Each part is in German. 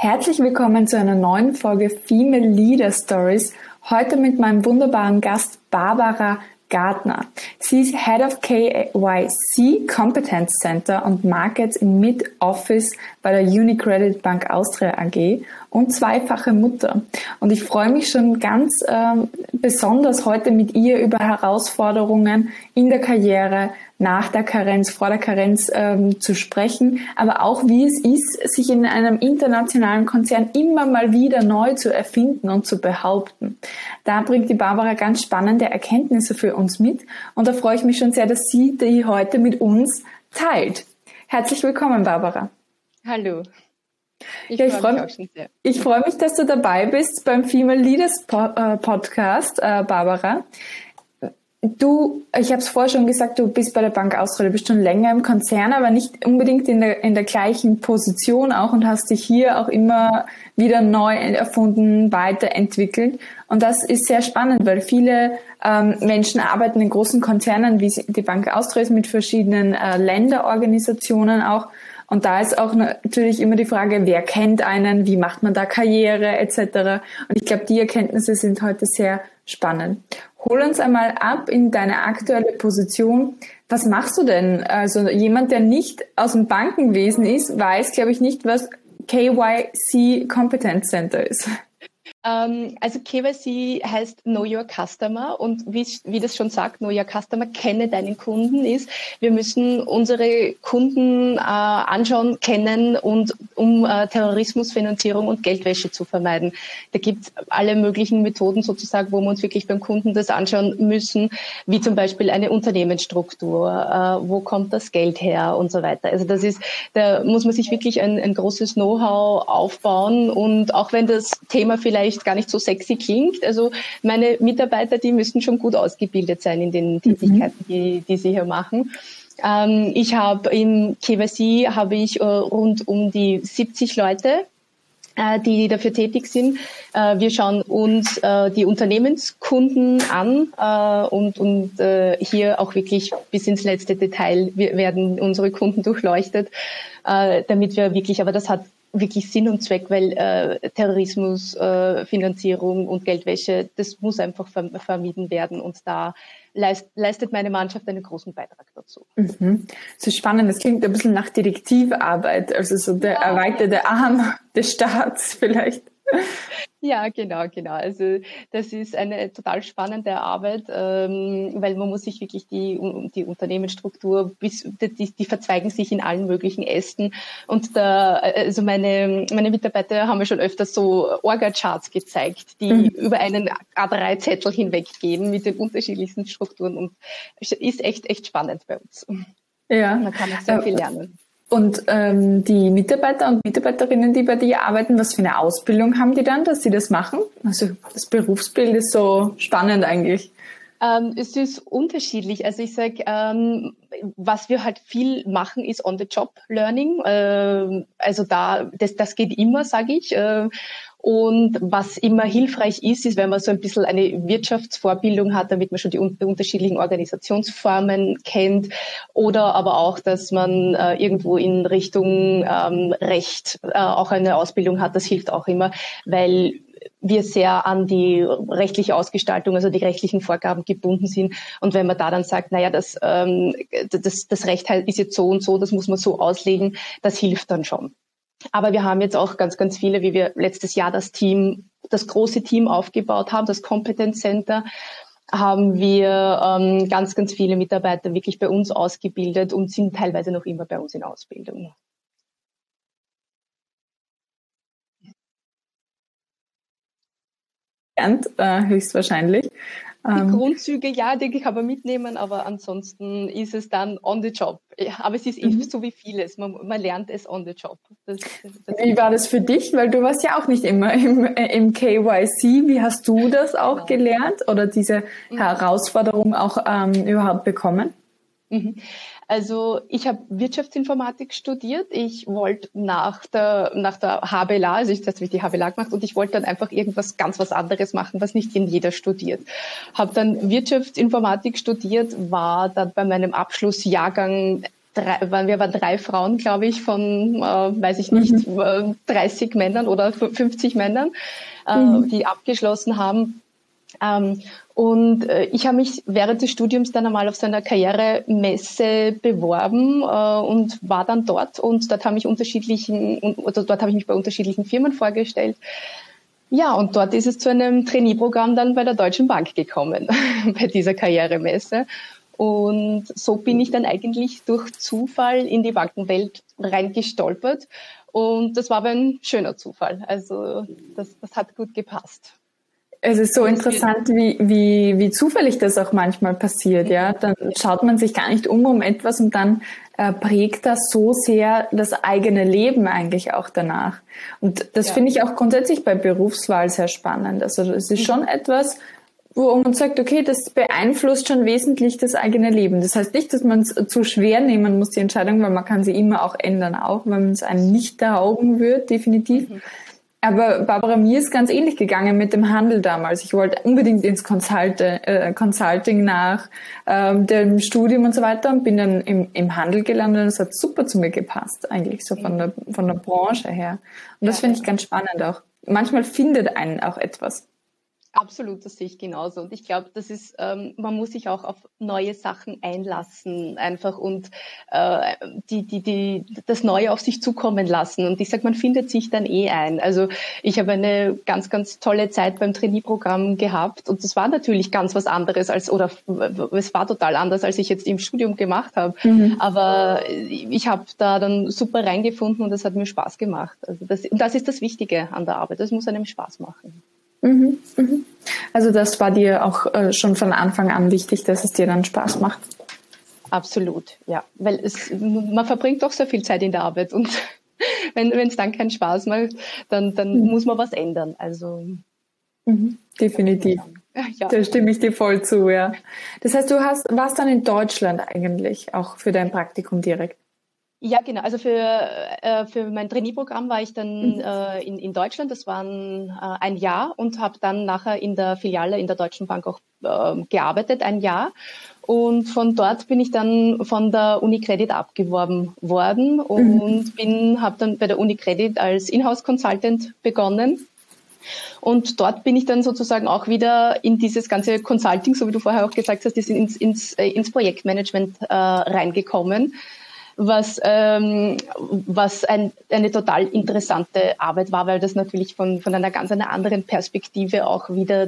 Herzlich willkommen zu einer neuen Folge Female Leader Stories. Heute mit meinem wunderbaren Gast Barbara Gardner. Sie ist Head of KYC Competence Center und Markets im Mid-Office bei der UniCredit Bank Austria AG und zweifache Mutter. Und ich freue mich schon ganz besonders heute mit ihr über Herausforderungen in der Karriere, nach der Karenz, vor der Karenz zu sprechen, aber auch wie es ist, sich in einem internationalen Konzern immer mal wieder neu zu erfinden und zu behaupten. Da bringt die Barbara ganz spannende Erkenntnisse für uns mit und da freue ich mich schon sehr, dass sie die heute mit uns teilt. Herzlich willkommen, Barbara. Hallo. Ich freue mich auch schon sehr. Ich freue mich, dass du dabei bist beim Female Leaders Podcast, Barbara. Ich habe es vorher schon gesagt, du bist bei der Bank Austria, du bist schon länger im Konzern, aber nicht unbedingt in der gleichen Position auch und hast dich hier auch immer wieder neu erfunden, weiterentwickelt. Und das ist sehr spannend, weil viele Menschen arbeiten in großen Konzernen, wie die Bank Austria ist, mit verschiedenen Länderorganisationen auch. Und da ist auch natürlich immer die Frage, wer kennt einen, wie macht man da Karriere etc. Und ich glaube, die Erkenntnisse sind heute sehr spannend. Hol uns einmal ab in deine aktuelle Position. Was machst du denn? Also jemand, der nicht aus dem Bankenwesen ist, weiß, glaube ich, nicht, was KYC Competence Center ist. Also KYC heißt Know Your Customer und wie das schon sagt, Know Your Customer, kenne deinen Kunden ist, wir müssen unsere Kunden anschauen, kennen und um Terrorismusfinanzierung und Geldwäsche zu vermeiden. Da gibt es alle möglichen Methoden sozusagen, wo wir uns wirklich beim Kunden das anschauen müssen, wie zum Beispiel eine Unternehmensstruktur, wo kommt das Geld her und so weiter. Also da muss man sich wirklich ein großes Know-how aufbauen und auch wenn das Thema vielleicht gar nicht so sexy klingt. Also meine Mitarbeiter, die müssen schon gut ausgebildet sein in den Tätigkeiten, die sie hier machen. Ich habe im KYC rund um die 70 Leute, die dafür tätig sind. Wir schauen uns die Unternehmenskunden an und hier auch wirklich bis ins letzte Detail werden unsere Kunden durchleuchtet, damit wir wirklich, aber das hat wirklich Sinn und Zweck, weil Terrorismus, Finanzierung und Geldwäsche, das muss einfach vermieden werden und da leistet meine Mannschaft einen großen Beitrag dazu. Mhm. Das ist spannend, das klingt ein bisschen nach Detektivarbeit, also so der erweiterte Arm des Staats vielleicht. Ja, genau. Also das ist eine total spannende Arbeit, weil man muss sich wirklich die Unternehmensstruktur, die verzweigen sich in allen möglichen Ästen. Und also meine Mitarbeiter haben mir schon öfters so Orga-Charts gezeigt, die über einen A3-Zettel hinweggehen mit den unterschiedlichsten Strukturen und ist echt spannend bei uns. Ja. Man kann auch sehr viel lernen. Und die Mitarbeiter und Mitarbeiterinnen, die bei dir arbeiten, was für eine Ausbildung haben die dann, dass sie das machen? Also das Berufsbild ist so spannend eigentlich. Es ist unterschiedlich. Also ich sage, was wir halt viel machen, ist On-the-Job-Learning. Also das geht immer, sage ich. Und was immer hilfreich ist, wenn man so ein bisschen eine Wirtschaftsvorbildung hat, damit man schon die unterschiedlichen Organisationsformen kennt oder aber auch, dass man irgendwo in Richtung Recht auch eine Ausbildung hat. Das hilft auch immer, weil wir sehr an die rechtliche Ausgestaltung, also die rechtlichen Vorgaben gebunden sind. Und wenn man da dann sagt, naja, das Recht ist jetzt so und so, das muss man so auslegen, das hilft dann schon. Aber wir haben jetzt auch ganz viele, wie wir letztes Jahr das große Team aufgebaut haben, das Competence Center, haben wir ganz viele Mitarbeiter wirklich bei uns ausgebildet und sind teilweise noch immer bei uns in Ausbildung. Höchstwahrscheinlich. Die Grundzüge, ja, die kann man mitnehmen, aber ansonsten ist es dann on the job. Ja, aber es ist so wie vieles, man lernt es on the job. Wie war das für dich? Weil du warst ja auch nicht immer im KYC. Wie hast du das auch gelernt oder diese Herausforderung auch überhaupt bekommen? Also ich habe Wirtschaftsinformatik studiert. Ich wollte nach der HBLA, also ich habe die HBLA gemacht und ich wollte dann einfach irgendwas ganz was anderes machen, was nicht jeder studiert. Habe dann Wirtschaftsinformatik studiert, war dann bei meinem Abschlussjahrgang wir waren 3 Frauen, glaube ich, von, weiß ich nicht, 30 Männern oder 50 Männern, die abgeschlossen haben. Und ich habe mich während des Studiums dann einmal auf so einer Karrieremesse beworben und war dann dort, und dort habe ich mich bei unterschiedlichen Firmen vorgestellt. Ja, und dort ist es zu einem Trainee-Programm dann bei der Deutschen Bank gekommen, bei dieser Karrieremesse. Und so bin ich dann eigentlich durch Zufall in die Bankenwelt reingestolpert. Und das war aber ein schöner Zufall. Also das hat gut gepasst. Es ist so interessant, wie zufällig das auch manchmal passiert, ja. Dann schaut man sich gar nicht um etwas und dann prägt das so sehr das eigene Leben eigentlich auch danach. Und das finde ich auch grundsätzlich bei Berufswahl sehr spannend. Also es ist schon etwas, wo man sagt, okay, das beeinflusst schon wesentlich das eigene Leben. Das heißt nicht, dass man es zu schwer nehmen muss, die Entscheidung, weil man kann sie immer auch ändern, auch wenn man es einem nicht erlauben wird, definitiv. Aber Barbara, mir ist ganz ähnlich gegangen mit dem Handel damals. Ich wollte unbedingt ins Consulting nach dem Studium und so weiter und bin dann im Handel gelandet und es hat super zu mir gepasst, eigentlich so von der Branche her. Und das finde ich ganz spannend auch. Manchmal findet einen auch etwas. Absolut, das sehe ich genauso. Und ich glaube, das ist, man muss sich auch auf neue Sachen einlassen, einfach, und das Neue auf sich zukommen lassen. Und ich sage, man findet sich dann ein. Also ich habe eine ganz, ganz tolle Zeit beim Trainee-Programm gehabt, und das war natürlich ganz was anderes es war total anders, als ich jetzt im Studium gemacht habe. Aber ich habe da dann super reingefunden und das hat mir Spaß gemacht. Also das ist das Wichtige an der Arbeit. Das muss einem Spaß machen. Also das war dir auch schon von Anfang an wichtig, dass es dir dann Spaß macht? Absolut, ja. Weil man verbringt doch so viel Zeit in der Arbeit, und wenn es dann keinen Spaß macht, dann muss man was ändern. Also definitiv. Ja. Da stimme ich dir voll zu, ja. Das heißt, du warst dann in Deutschland eigentlich, auch für dein Praktikum direkt? Ja, genau. Also für mein Trainee-Programm war ich dann in Deutschland. Das war ein Jahr, und habe dann nachher in der Filiale in der Deutschen Bank auch gearbeitet, ein Jahr. Und von dort bin ich dann von der UniCredit abgeworben worden und habe dann bei der UniCredit als Inhouse-Consultant begonnen. Und dort bin ich dann sozusagen auch wieder in dieses ganze Consulting, so wie du vorher auch gesagt hast, ins Projektmanagement reingekommen. Was eine total interessante Arbeit war, weil das natürlich von einer ganz anderen Perspektive auch wieder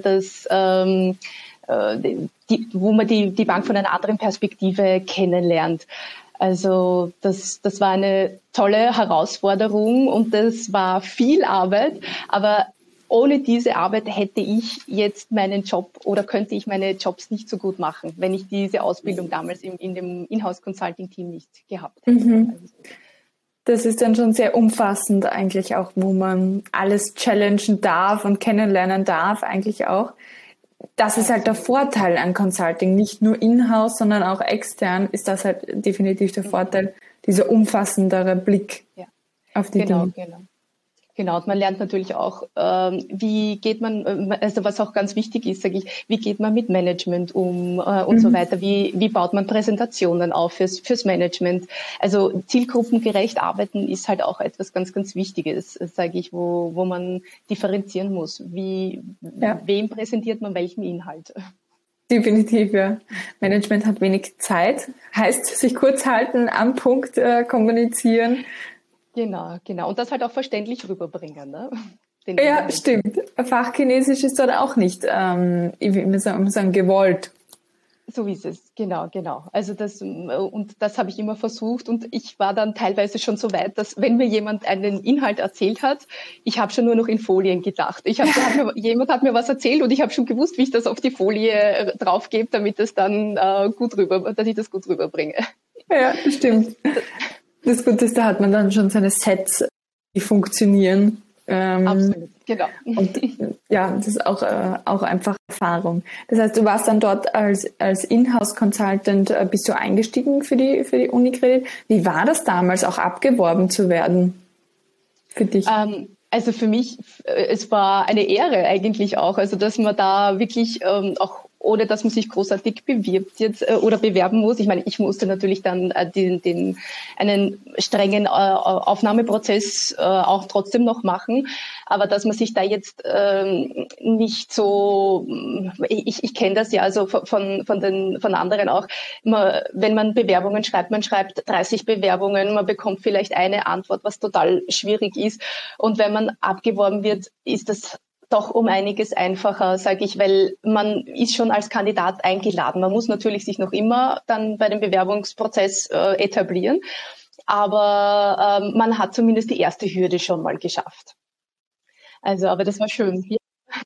wo man die Bank von einer anderen Perspektive kennenlernt. Also das war eine tolle Herausforderung und das war viel Arbeit, aber ohne diese Arbeit hätte ich jetzt meinen Job oder könnte ich meine Jobs nicht so gut machen, wenn ich diese Ausbildung damals in dem Inhouse-Consulting-Team nicht gehabt hätte. Das ist dann schon sehr umfassend eigentlich auch, wo man alles challengen darf und kennenlernen darf eigentlich auch. Das ist halt der Vorteil an Consulting, nicht nur in-house, sondern auch extern ist das halt definitiv der Vorteil, dieser umfassendere Blick auf die Dinge. Genau, und man lernt natürlich auch, wie geht man, also was auch ganz wichtig ist, sage ich, wie geht man mit Management um und so weiter, wie baut man Präsentationen auf fürs Management. Also zielgruppengerecht arbeiten ist halt auch etwas ganz, ganz Wichtiges, sage ich, wo man differenzieren muss. Wem präsentiert man welchen Inhalt? Definitiv, ja. Management hat wenig Zeit, heißt sich kurz halten, am Punkt kommunizieren. Genau. Und das halt auch verständlich rüberbringen, ne? Ja, stimmt. Fachchinesisch ist dort auch nicht, wie wir sagen, gewollt. So ist es, genau. Also das habe ich immer versucht, und ich war dann teilweise schon so weit, dass wenn mir jemand einen Inhalt erzählt hat, ich habe schon nur noch in Folien gedacht. Jemand hat mir was erzählt und ich habe schon gewusst, wie ich das auf die Folie draufgebe, damit dass ich das gut rüberbringe. Ja, stimmt. Das Gute ist, da hat man dann schon seine Sets, die funktionieren. Absolut, genau. Und ja, das ist auch einfach Erfahrung. Das heißt, du warst dann dort als Inhouse-Consultant, bist du eingestiegen für die UniCredit. Wie war das damals, auch abgeworben zu werden für dich? Also für mich, es war eine Ehre eigentlich auch, also dass man da wirklich auch ohne dass man sich großartig bewirbt jetzt oder bewerben muss. Ich meine, ich musste natürlich dann einen strengen Aufnahmeprozess auch trotzdem noch machen, aber dass man sich da jetzt nicht so, ich kenne das ja also von anderen auch, wenn man Bewerbungen schreibt, man schreibt 30 Bewerbungen, man bekommt vielleicht eine Antwort, was total schwierig ist, und wenn man abgeworben wird, ist das doch um einiges einfacher, sage ich, weil man ist schon als Kandidat eingeladen. Man muss natürlich sich noch immer dann bei dem Bewerbungsprozess etablieren, aber man hat zumindest die erste Hürde schon mal geschafft. Also, aber das war schön. Ja.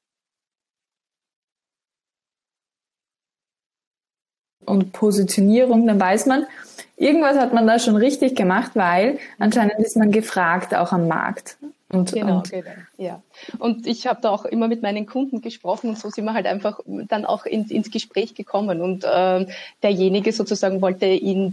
Und Positionierung, dann weiß man, irgendwas hat man da schon richtig gemacht, weil anscheinend ist man gefragt auch am Markt. Genau, ja. Und ich habe da auch immer mit meinen Kunden gesprochen und so sind wir halt einfach dann auch ins Gespräch gekommen. Und derjenige sozusagen wollte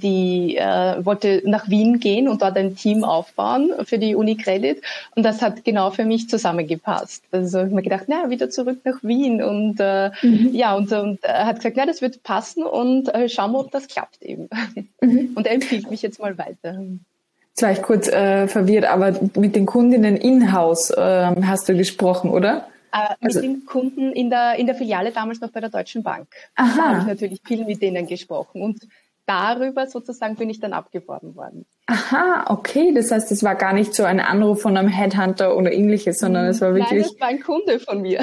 nach Wien gehen und dort ein Team aufbauen für die UniCredit. Und das hat genau für mich zusammengepasst. Also ich habe mir gedacht, wieder zurück nach Wien. Und und er hat gesagt, das wird passen und schauen wir, ob das klappt eben. Und er empfiehlt mich jetzt mal weiter. Jetzt war ich kurz verwirrt, aber mit den Kundinnen in-house hast du gesprochen, oder? Mit den Kunden in der Filiale damals noch bei der Deutschen Bank. Aha. Da habe ich natürlich viel mit denen gesprochen und darüber sozusagen bin ich dann abgeworben worden. Aha, okay. Das heißt, es war gar nicht so ein Anruf von einem Headhunter oder ähnliches, sondern es war wirklich... Nein, das war ein Kunde von mir.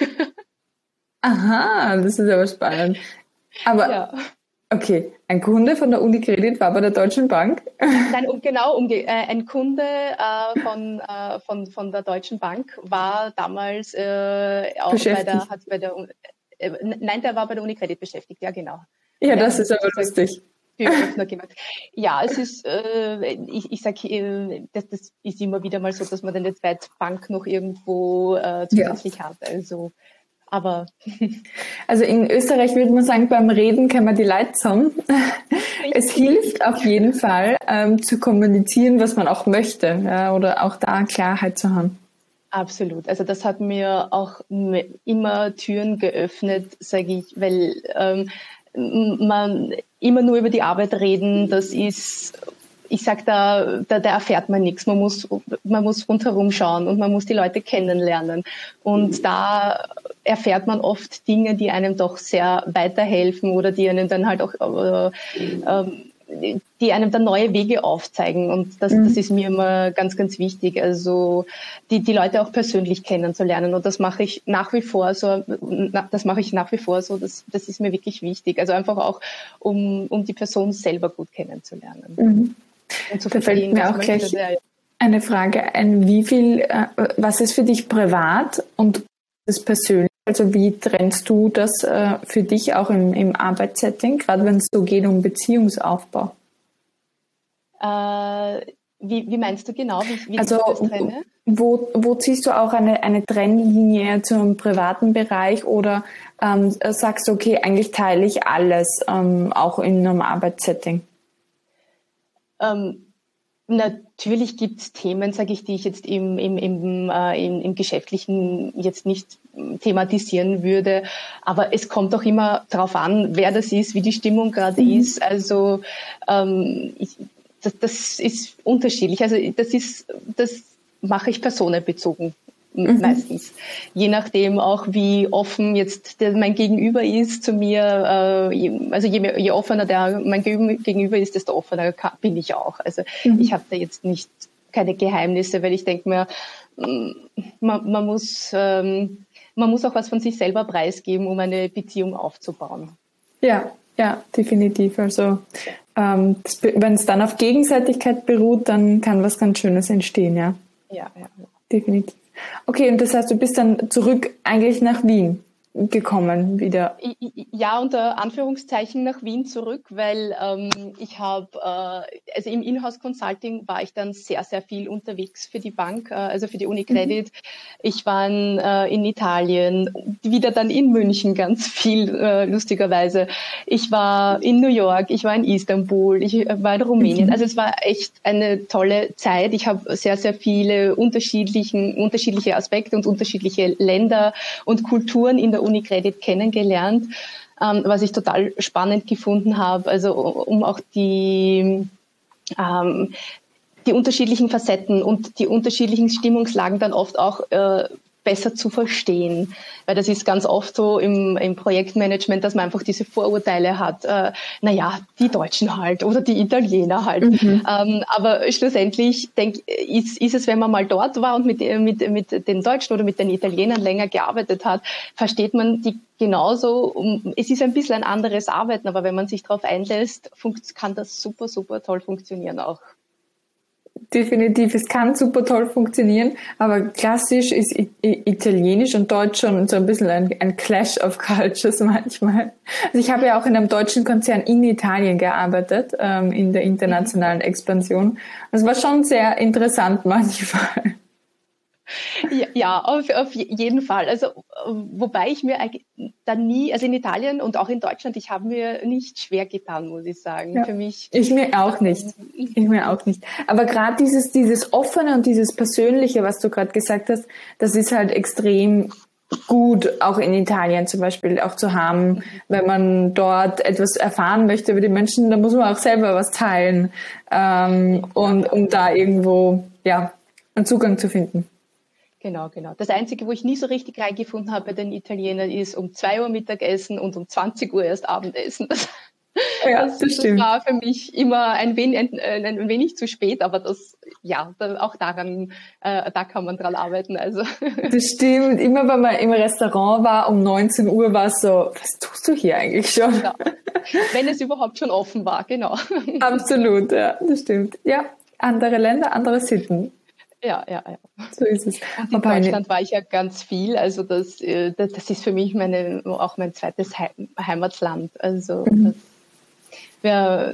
Aha, das ist aber spannend. Aber... Ja. Okay, ein Kunde von der UniCredit war bei der Deutschen Bank? Nein, ein Kunde von der Deutschen Bank war damals auch der war bei der UniCredit beschäftigt, ja genau. Ja, das ist aber lustig. Ja, es ist, ich sage, das ist immer wieder mal so, dass man dann jetzt bei der Bank noch irgendwo zusätzlich hat, also... Also in Österreich würde man sagen, beim Reden kann man die Leute zusammen. Es hilft auf jeden Fall, zu kommunizieren, was man auch möchte, oder auch da Klarheit zu haben. Absolut. Also das hat mir auch immer Türen geöffnet, sage ich, weil man immer nur über die Arbeit reden, das ist... Ich sag, da erfährt man nichts. Man muss rundherum schauen und man muss die Leute kennenlernen. Und da erfährt man oft Dinge, die einem doch sehr weiterhelfen oder die einem dann halt auch, die einem dann neue Wege aufzeigen. Und das ist mir immer ganz, ganz wichtig. Also die Leute auch persönlich kennenzulernen. Und das mache ich nach wie vor so. Das ist mir wirklich wichtig. Also einfach auch, um die Person selber gut kennenzulernen. Mhm. Da fällt mir auch gleich eine Frage ein, was ist für dich privat und was ist persönlich? Also wie trennst du das für dich auch im Arbeitssetting, gerade wenn es so geht um Beziehungsaufbau? Wie meinst du genau, wie also, ich das trenne? Wo ziehst du auch eine Trennlinie zum privaten Bereich oder sagst du, okay, eigentlich teile ich alles, auch in einem Arbeitssetting? Natürlich gibt es Themen, sage ich, die ich jetzt im Geschäftlichen jetzt nicht thematisieren würde, aber es kommt auch immer darauf an, wer das ist, wie die Stimmung gerade ist. Also das ist unterschiedlich. Also das mache ich personenbezogen. Meistens. Je nachdem auch, wie offen jetzt mein Gegenüber ist zu mir. Also je offener mein Gegenüber ist, desto offener bin ich auch. Also ich habe da jetzt keine Geheimnisse, weil ich denke mir, man muss auch was von sich selber preisgeben, um eine Beziehung aufzubauen. Ja, definitiv. Also wenn es dann auf Gegenseitigkeit beruht, dann kann was ganz Schönes entstehen, ja. Ja. Definitiv. Okay, und das heißt, du bist dann zurück eigentlich nach Wien gekommen wieder? Ja, unter Anführungszeichen nach Wien zurück, weil ich habe, also im Inhouse Consulting war ich dann sehr, sehr viel unterwegs für die Bank, also für die UniCredit. Ich war in Italien, wieder dann in München ganz viel, lustigerweise. Ich war in New York, ich war in Istanbul, ich war in Rumänien. Also es war echt eine tolle Zeit. Ich habe sehr, sehr viele unterschiedliche Aspekte und unterschiedliche Länder und Kulturen in der UniCredit kennengelernt. was ich total spannend gefunden habe, also um auch die unterschiedlichen Facetten und die unterschiedlichen Stimmungslagen dann oft auch besser zu verstehen. Weil das ist ganz oft so im Projektmanagement, dass man einfach diese Vorurteile hat. Die Deutschen halt oder die Italiener halt. Aber schlussendlich ist es, wenn man mal dort war und mit den Deutschen oder mit den Italienern länger gearbeitet hat, versteht man die genauso. Es ist ein bisschen ein anderes Arbeiten, aber wenn man sich darauf einlässt, kann das super, super toll funktionieren auch. Definitiv, es kann super toll funktionieren, aber klassisch ist Italienisch und Deutsch schon so ein bisschen ein Clash of Cultures manchmal. Also ich habe ja auch in einem deutschen Konzern in Italien gearbeitet, in der internationalen Expansion. Das war schon sehr interessant manchmal. Ja, auf jeden Fall. Also, wobei ich mir dann nie, also in Italien und auch in Deutschland, ich habe mir nicht schwer getan, muss ich sagen. Ja, für mich. Ich mir auch nicht. Aber gerade dieses Offene und dieses Persönliche, was du gerade gesagt hast, das ist halt extrem gut, auch in Italien zum Beispiel auch zu haben. Wenn man dort etwas erfahren möchte über die Menschen, dann muss man auch selber was teilen, und um da irgendwo, einen Zugang zu finden. Genau. Das Einzige, wo ich nie so richtig reingefunden habe bei den Italienern, ist um 2 Uhr Mittagessen und um 20 Uhr erst Abendessen. Das stimmt. Das war für mich immer ein wenig zu spät, aber auch daran, da kann man dran arbeiten. Also. Das stimmt. Immer wenn man im Restaurant war, um 19 Uhr war es so, was tust du hier eigentlich schon? Ja. Wenn es überhaupt schon offen war, genau. Absolut, ja, das stimmt. Ja, andere Länder, andere Sitten. Ja. So ist es. Und in Deutschland war ich ja ganz viel. Also das ist für mich auch mein zweites Heimatland. Also da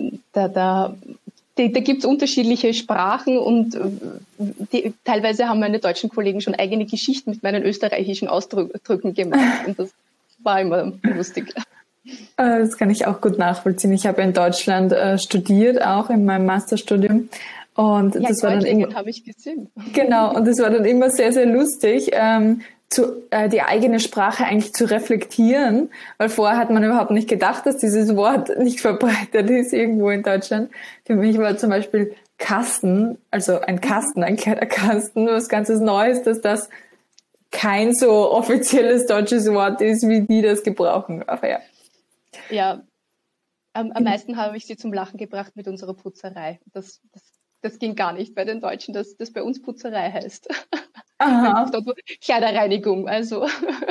gibt es unterschiedliche Sprachen und teilweise haben meine deutschen Kollegen schon eigene Geschichten mit meinen österreichischen Ausdrücken gemacht. Und das war immer lustig. Das kann ich auch gut nachvollziehen. Ich habe in Deutschland studiert, auch in meinem Masterstudium. Und das war dann immer, habe ich gesehen. Genau, und das war dann immer sehr, sehr lustig, die eigene Sprache eigentlich zu reflektieren, weil vorher hat man überhaupt nicht gedacht, dass dieses Wort nicht verbreitet ist irgendwo in Deutschland. Für mich war zum Beispiel Kasten, also ein Kleiderkasten, was ganz Neues, dass das kein so offizielles deutsches Wort ist, wie die das gebrauchen. Aber ja. Ja, am meisten habe ich sie zum Lachen gebracht mit unserer Putzerei. Das ging gar nicht bei den Deutschen, dass das bei uns Putzerei heißt. Aha. Kleiderreinigung, also.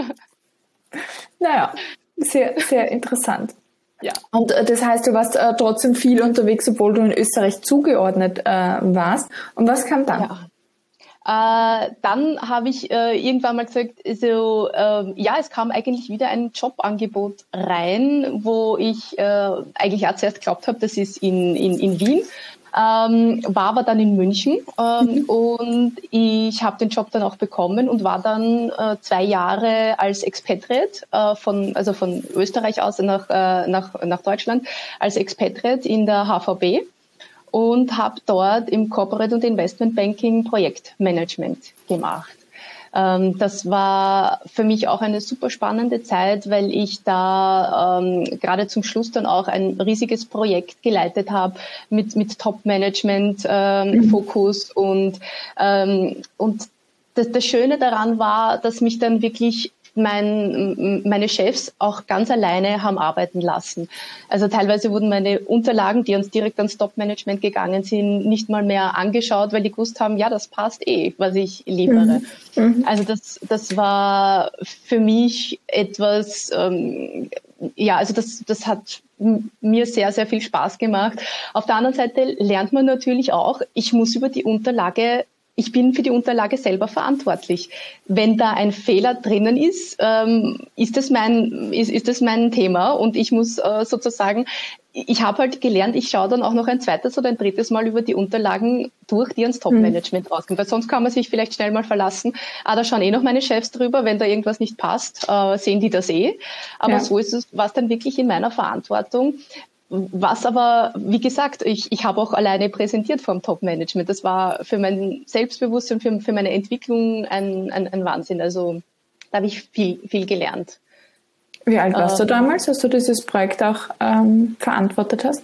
Naja, sehr, sehr interessant. Ja. Und das heißt, du warst trotzdem viel unterwegs, obwohl du in Österreich zugeordnet warst. Und was kam dann? Ja. Dann habe ich irgendwann mal gesagt, es kam eigentlich wieder ein Jobangebot rein, wo ich eigentlich auch zuerst geglaubt habe, das ist in Wien. War aber dann in München und ich habe den Job dann auch bekommen und war dann 2 Jahre als Expatriate von Österreich aus nach Deutschland als Expatriate in der HVB und habe dort im Corporate und Investment Banking Projektmanagement gemacht. Das war für mich auch eine super spannende Zeit, weil ich da gerade zum Schluss dann auch ein riesiges Projekt geleitet habe mit Top-Management Fokus und das Schöne daran war, dass mich dann wirklich meine Chefs auch ganz alleine haben arbeiten lassen. Also teilweise wurden meine Unterlagen, die uns direkt ans Top-Management gegangen sind, nicht mal mehr angeschaut, weil die gewusst haben, ja, das passt was ich liefere. Also das war für mich etwas, das hat mir sehr, sehr viel Spaß gemacht. Auf der anderen Seite lernt man natürlich auch, ich bin für die Unterlage selber verantwortlich. Wenn da ein Fehler drinnen ist, ist das mein Thema und ich muss sozusagen, ich habe halt gelernt, ich schaue dann auch noch ein zweites oder ein drittes Mal über die Unterlagen durch, die ans Top-Management rausgehen, weil sonst kann man sich vielleicht schnell mal verlassen, da schauen noch meine Chefs drüber, wenn da irgendwas nicht passt, sehen die das aber so war es dann wirklich in meiner Verantwortung. Was aber, wie gesagt, ich habe auch alleine präsentiert vom Top-Management. Das war für mein Selbstbewusstsein, für meine Entwicklung ein Wahnsinn. Also da habe ich viel gelernt. Wie alt warst du damals, als du dieses Projekt auch verantwortet hast?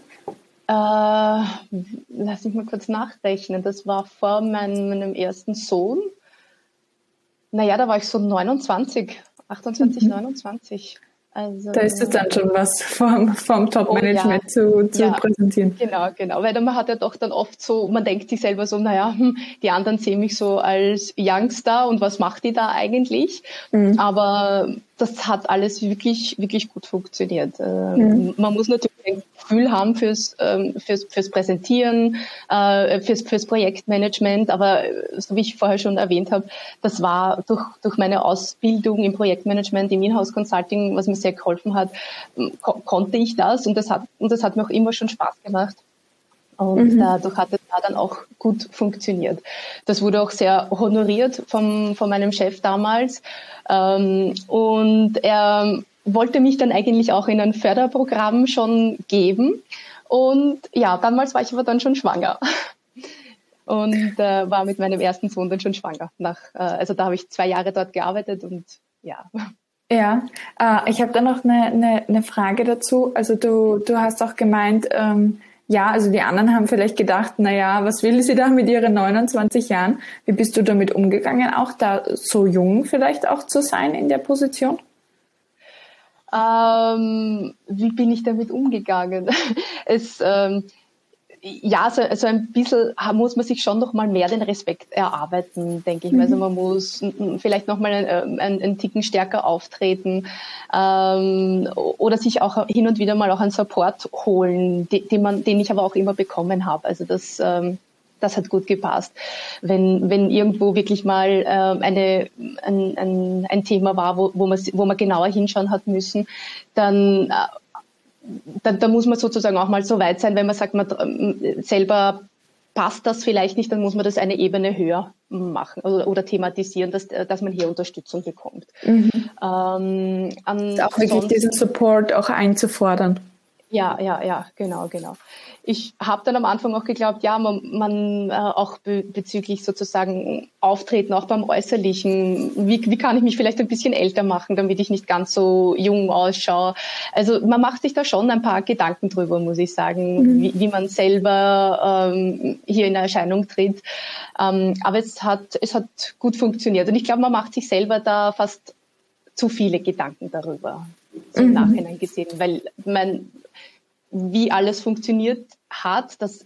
Lass mich mal kurz nachrechnen. Das war vor meinem ersten Sohn. Naja, da war ich so 29, 28, 29. Also, da ist es dann schon was vom Top-Management zu präsentieren. Genau. Weil man hat ja doch dann oft so, man denkt sich selber so, die anderen sehen mich so als Youngster und was macht die da eigentlich? Aber das hat alles wirklich, wirklich gut funktioniert. Man muss natürlich ein Gefühl haben fürs Präsentieren, fürs Projektmanagement, aber so wie ich vorher schon erwähnt habe, das war durch meine Ausbildung im Projektmanagement, im Inhouse Consulting, was mir sehr geholfen hat, konnte ich das und das hat mir auch immer schon Spaß gemacht. Und dadurch hat es dann auch gut funktioniert. Das wurde auch sehr honoriert von meinem Chef damals. Und er wollte mich dann eigentlich auch in ein Förderprogramm schon geben. Und ja, damals war ich aber dann schon schwanger. Und war mit meinem ersten Sohn dann schon schwanger. Also da habe ich 2 Jahre dort gearbeitet und ja. Ja, ich habe da noch eine Frage dazu. Also du hast auch gemeint, also die anderen haben vielleicht gedacht, was will sie da mit ihren 29 Jahren? Wie bist du damit umgegangen, auch da so jung vielleicht auch zu sein in der Position? Wie bin ich damit umgegangen? So ein bisschen muss man sich schon noch mal mehr den Respekt erarbeiten, denke ich. Also man muss vielleicht noch mal einen Ticken stärker auftreten oder sich auch hin und wieder mal auch einen Support holen, den ich aber auch immer bekommen habe. Also das hat gut gepasst. Wenn irgendwo wirklich mal ein Thema war, wo man genauer hinschauen hat müssen, dann da muss man sozusagen auch mal so weit sein, wenn man sagt, man selber passt das vielleicht nicht, dann muss man das eine Ebene höher machen oder thematisieren, dass man hier Unterstützung bekommt. Auch wirklich diesen Support auch einzufordern. Ja, genau. Ich habe dann am Anfang auch geglaubt, man auch bezüglich sozusagen Auftreten, auch beim Äußerlichen, wie kann ich mich vielleicht ein bisschen älter machen, damit ich nicht ganz so jung ausschaue. Also man macht sich da schon ein paar Gedanken drüber, muss ich sagen, wie man selber hier in Erscheinung tritt. Aber es hat gut funktioniert. Und ich glaube, man macht sich selber da fast zu viele Gedanken darüber, so im Nachhinein gesehen, weil wie alles funktioniert hat, das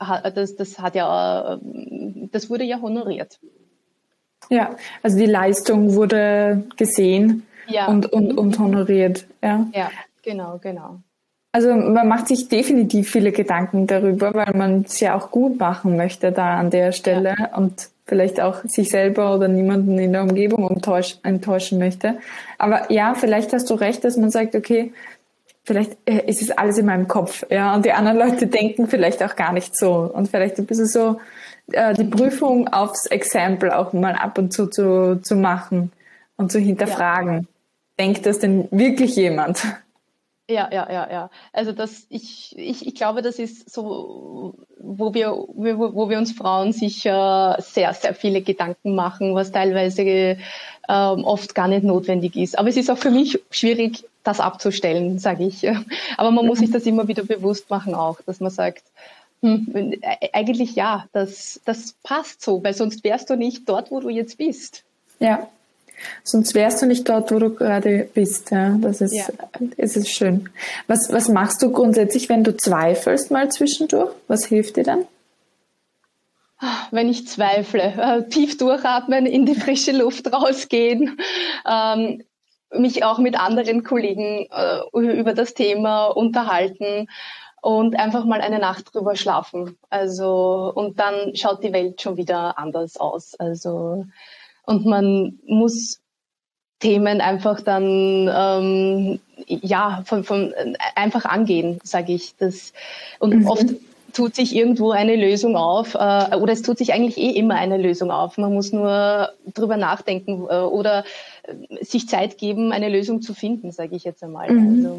wurde ja honoriert. Ja, also die Leistung wurde gesehen und honoriert. Ja, genau. Also man macht sich definitiv viele Gedanken darüber, weil man es ja auch gut machen möchte da an der Stelle und vielleicht auch sich selber oder niemanden in der Umgebung enttäuschen möchte. Aber ja, vielleicht hast du recht, dass man sagt, okay, vielleicht ist es alles in meinem Kopf, und die anderen Leute denken vielleicht auch gar nicht so und vielleicht ein bisschen so die Prüfung aufs Exempel auch mal ab und zu machen und zu hinterfragen. Denkt das denn wirklich jemand? Ja. Also ich glaube, das ist so, wo wir uns Frauen sicher sehr, sehr viele Gedanken machen, was teilweise oft gar nicht notwendig ist. Aber es ist auch für mich schwierig, das abzustellen, sage ich. Aber man muss sich das immer wieder bewusst machen auch, dass man sagt, eigentlich das passt so, weil sonst wärst du nicht dort, wo du jetzt bist. Ja. Sonst wärst du nicht dort, wo du gerade bist. Ja, das ist, es ist schön. Was machst du grundsätzlich, wenn du zweifelst mal zwischendurch? Was hilft dir dann? Wenn ich zweifle, tief durchatmen, in die frische Luft rausgehen, mich auch mit anderen Kollegen über das Thema unterhalten und einfach mal eine Nacht drüber schlafen. Also, und dann schaut die Welt schon wieder anders aus. Also, und man muss Themen einfach dann einfach angehen, sage ich. Oft tut sich irgendwo eine Lösung auf, oder es tut sich eigentlich immer eine Lösung auf. Man muss nur drüber nachdenken oder sich Zeit geben, eine Lösung zu finden, sage ich jetzt einmal.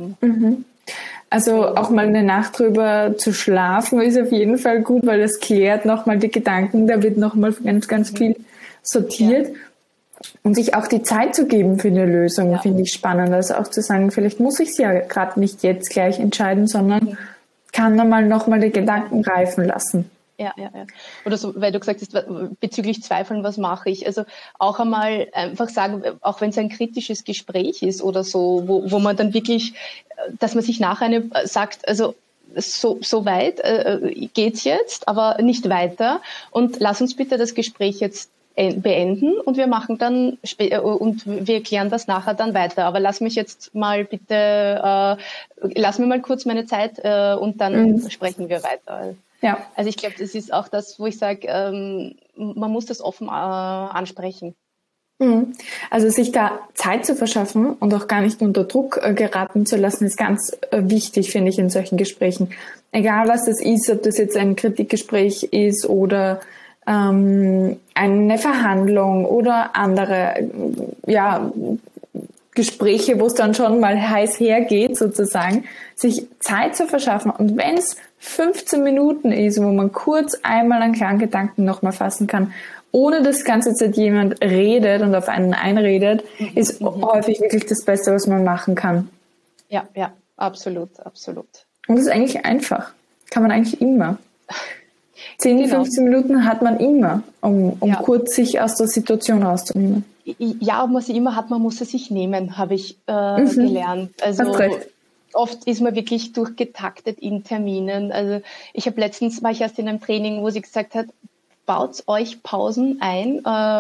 Also auch mal eine Nacht drüber zu schlafen ist auf jeden Fall gut, weil das klärt nochmal die Gedanken, da wird nochmal ganz, ganz viel sortiert. Und sich auch die Zeit zu geben für eine Lösung, finde ich spannend. Also auch zu sagen, vielleicht muss ich es ja gerade nicht jetzt gleich entscheiden, sondern kann dann nochmal die Gedanken reifen lassen. Ja. Oder so, weil du gesagt hast, bezüglich Zweifeln, was mache ich? Also auch einmal einfach sagen, auch wenn es ein kritisches Gespräch ist oder so, wo man dann wirklich, dass man sich nachher sagt, also so weit geht's jetzt, aber nicht weiter. Und lass uns bitte das Gespräch jetzt beenden und wir machen dann und wir klären das nachher dann weiter. Aber lass mich jetzt mal bitte, lass mir mal kurz meine Zeit und dann sprechen wir weiter. Ja. Also ich glaube, das ist auch das, wo ich sage, man muss das offen ansprechen. Also sich da Zeit zu verschaffen und auch gar nicht unter Druck geraten zu lassen, ist ganz wichtig, finde ich, in solchen Gesprächen. Egal was das ist, ob das jetzt ein Kritikgespräch ist oder eine Verhandlung oder andere Gespräche, wo es dann schon mal heiß hergeht, sozusagen, sich Zeit zu verschaffen. Und wenn es 15 Minuten ist, wo man kurz einmal einen kleinen Gedanken nochmal fassen kann, ohne dass ganze Zeit jemand redet und auf einen einredet, ist häufig wirklich das Beste, was man machen kann. Ja, absolut. Und das ist eigentlich einfach. Kann man eigentlich immer. 10, 15 Minuten hat man immer, um kurz sich aus der Situation rauszunehmen. Ja, ob man sie immer hat, man muss sie sich nehmen, habe ich gelernt. Also oft ist man wirklich durchgetaktet in Terminen. Also war ich erst in einem Training, wo sie gesagt hat, baut euch Pausen ein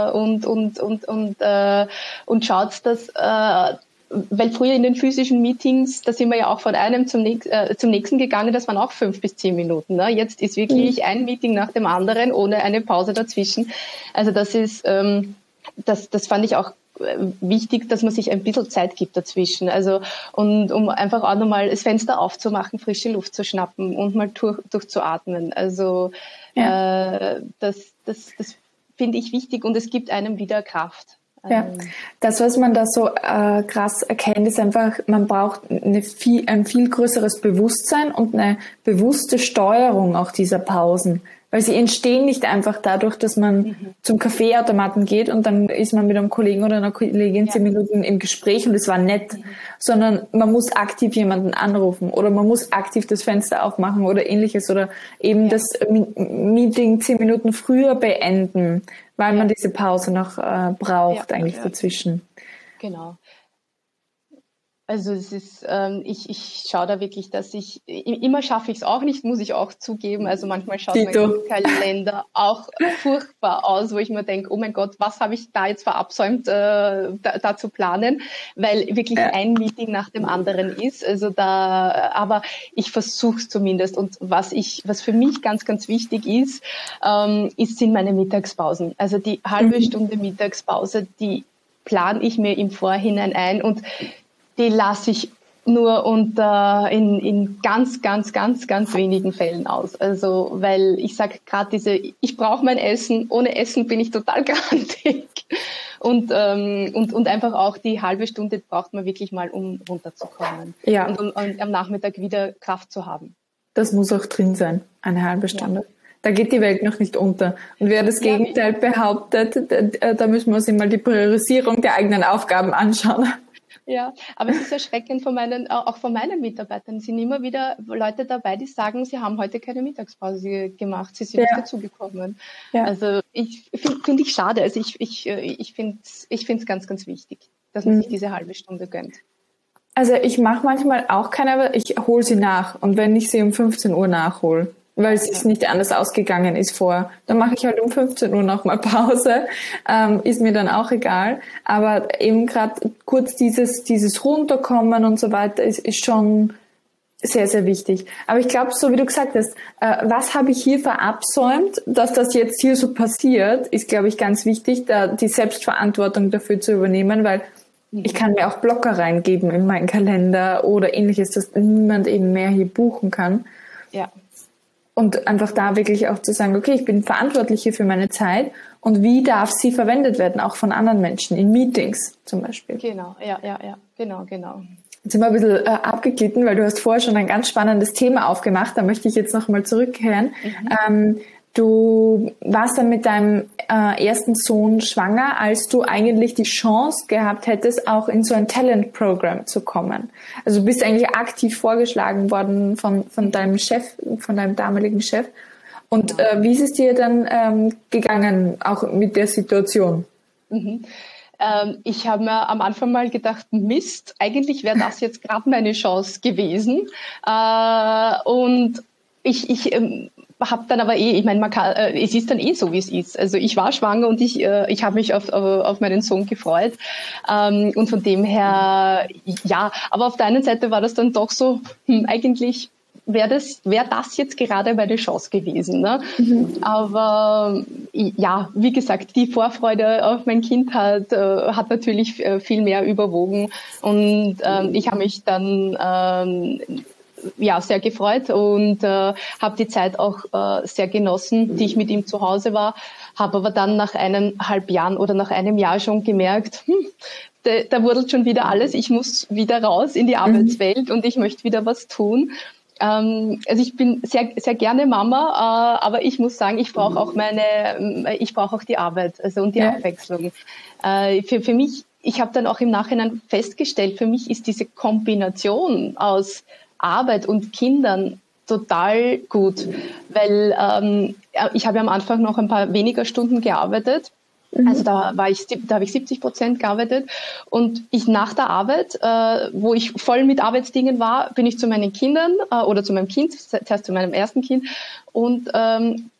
und schaut, dass weil früher in den physischen Meetings, da sind wir ja auch von einem zum nächsten gegangen, das waren auch 5 bis 10 Minuten. Ne? Jetzt ist wirklich ein Meeting nach dem anderen ohne eine Pause dazwischen. Also das ist, das fand ich auch wichtig, dass man sich ein bisschen Zeit gibt dazwischen. Also und um einfach auch nochmal das Fenster aufzumachen, frische Luft zu schnappen und mal durchzuatmen. Also das finde ich wichtig und es gibt einem wieder Kraft. Ja, das, was man da so krass erkennt, ist einfach, man braucht ein viel größeres Bewusstsein und eine bewusste Steuerung auch dieser Pausen. Weil sie entstehen nicht einfach dadurch, dass man zum Kaffeeautomaten geht und dann ist man mit einem Kollegen oder einer Kollegin 10 Minuten im Gespräch und es war nett, sondern man muss aktiv jemanden anrufen oder man muss aktiv das Fenster aufmachen oder ähnliches oder eben das Meeting 10 Minuten früher beenden, weil man diese Pause noch braucht eigentlich dazwischen. Genau. Also es ist, ich schaue da wirklich, dass immer schaffe ich es auch nicht, muss ich auch zugeben. Also manchmal schaut mein Kalender auch furchtbar aus, wo ich mir denke, oh mein Gott, was habe ich da jetzt verabsäumt, da zu planen, weil wirklich ein Meeting nach dem anderen ist. Also aber ich versuche es zumindest. Und was für mich ganz, ganz wichtig ist, sind meine Mittagspausen. Also die halbe Stunde Mittagspause, die plane ich mir im Vorhinein ein und die lasse ich nur in ganz, ganz, ganz, ganz wenigen Fällen aus. Also, weil ich sage gerade ich brauche mein Essen, ohne Essen bin ich total grantig. Und einfach auch die halbe Stunde braucht man wirklich mal, um runterzukommen. Ja. Und um am Nachmittag wieder Kraft zu haben. Das muss auch drin sein, eine halbe Stunde. Ja. Da geht die Welt noch nicht unter. Und wer das Gegenteil behauptet, da müssen wir uns immer die Priorisierung der eigenen Aufgaben anschauen. Ja, aber es ist erschreckend auch von meinen Mitarbeitern. Es sind immer wieder Leute dabei, die sagen, sie haben heute keine Mittagspause gemacht, sie sind nicht dazugekommen. Ja. Also finde ich schade. Also ich finde es ganz, ganz wichtig, dass man sich diese halbe Stunde gönnt. Also ich mache manchmal auch keine, aber ich hole sie nach. Und wenn ich sie um 15 Uhr nachhole, weil es nicht anders ausgegangen ist vorher. Dann mache ich halt um 15 Uhr nochmal Pause, ist mir dann auch egal. Aber eben gerade kurz dieses Runterkommen und so weiter ist schon sehr, sehr wichtig. Aber ich glaube, so wie du gesagt hast, was habe ich hier verabsäumt, dass das jetzt hier so passiert, ist, glaube ich, ganz wichtig, da die Selbstverantwortung dafür zu übernehmen, weil ich kann mir auch Blocker reingeben in meinen Kalender oder ähnliches, dass niemand eben mehr hier buchen kann. Ja. Und einfach da wirklich auch zu sagen, okay, ich bin verantwortlich hier für meine Zeit und wie darf sie verwendet werden, auch von anderen Menschen, in Meetings zum Beispiel. Genau, ja, genau. Jetzt sind wir ein bisschen abgeglitten, weil du hast vorher schon ein ganz spannendes Thema aufgemacht, da möchte ich jetzt nochmal zurückkehren. du warst dann mit deinem ersten Sohn schwanger, als du eigentlich die Chance gehabt hättest, auch in so ein Talent-Programm zu kommen. Also du bist eigentlich aktiv vorgeschlagen worden von deinem Chef, von deinem damaligen Chef. Und wie ist es dir dann gegangen, auch mit der Situation? Mhm. Ich habe mir am Anfang mal gedacht, Mist, eigentlich wäre das jetzt gerade meine Chance gewesen. Und ich habe dann aber ich meine, es ist dann so, wie es ist. Also ich war schwanger und ich habe mich auf meinen Sohn gefreut. Und von dem her, ja, aber auf der einen Seite war das dann doch so, eigentlich wäre das jetzt gerade meine Chance gewesen. Ne? Aber ja, wie gesagt, die Vorfreude auf mein Kind hat natürlich viel mehr überwogen. Und ich habe mich dann sehr gefreut und habe die Zeit auch sehr genossen, die ich mit ihm zu Hause war. Habe aber dann nach 1,5 Jahren oder nach einem Jahr schon gemerkt, da wurdelt schon wieder alles. Ich muss wieder raus in die Arbeitswelt und ich möchte wieder was tun. Also ich bin sehr, sehr gerne Mama, aber ich muss sagen, ich brauche auch die Arbeit, also und die Abwechslung. Für mich, ich habe dann auch im Nachhinein festgestellt, für mich ist diese Kombination aus Arbeit und Kindern total gut, weil ich habe ja am Anfang noch ein paar weniger Stunden gearbeitet. Also da habe ich 70% gearbeitet und ich nach der Arbeit, wo ich voll mit Arbeitsdingen war, bin ich zu meinen Kindern oder zu meinem Kind, zuerst zu meinem ersten Kind und die haben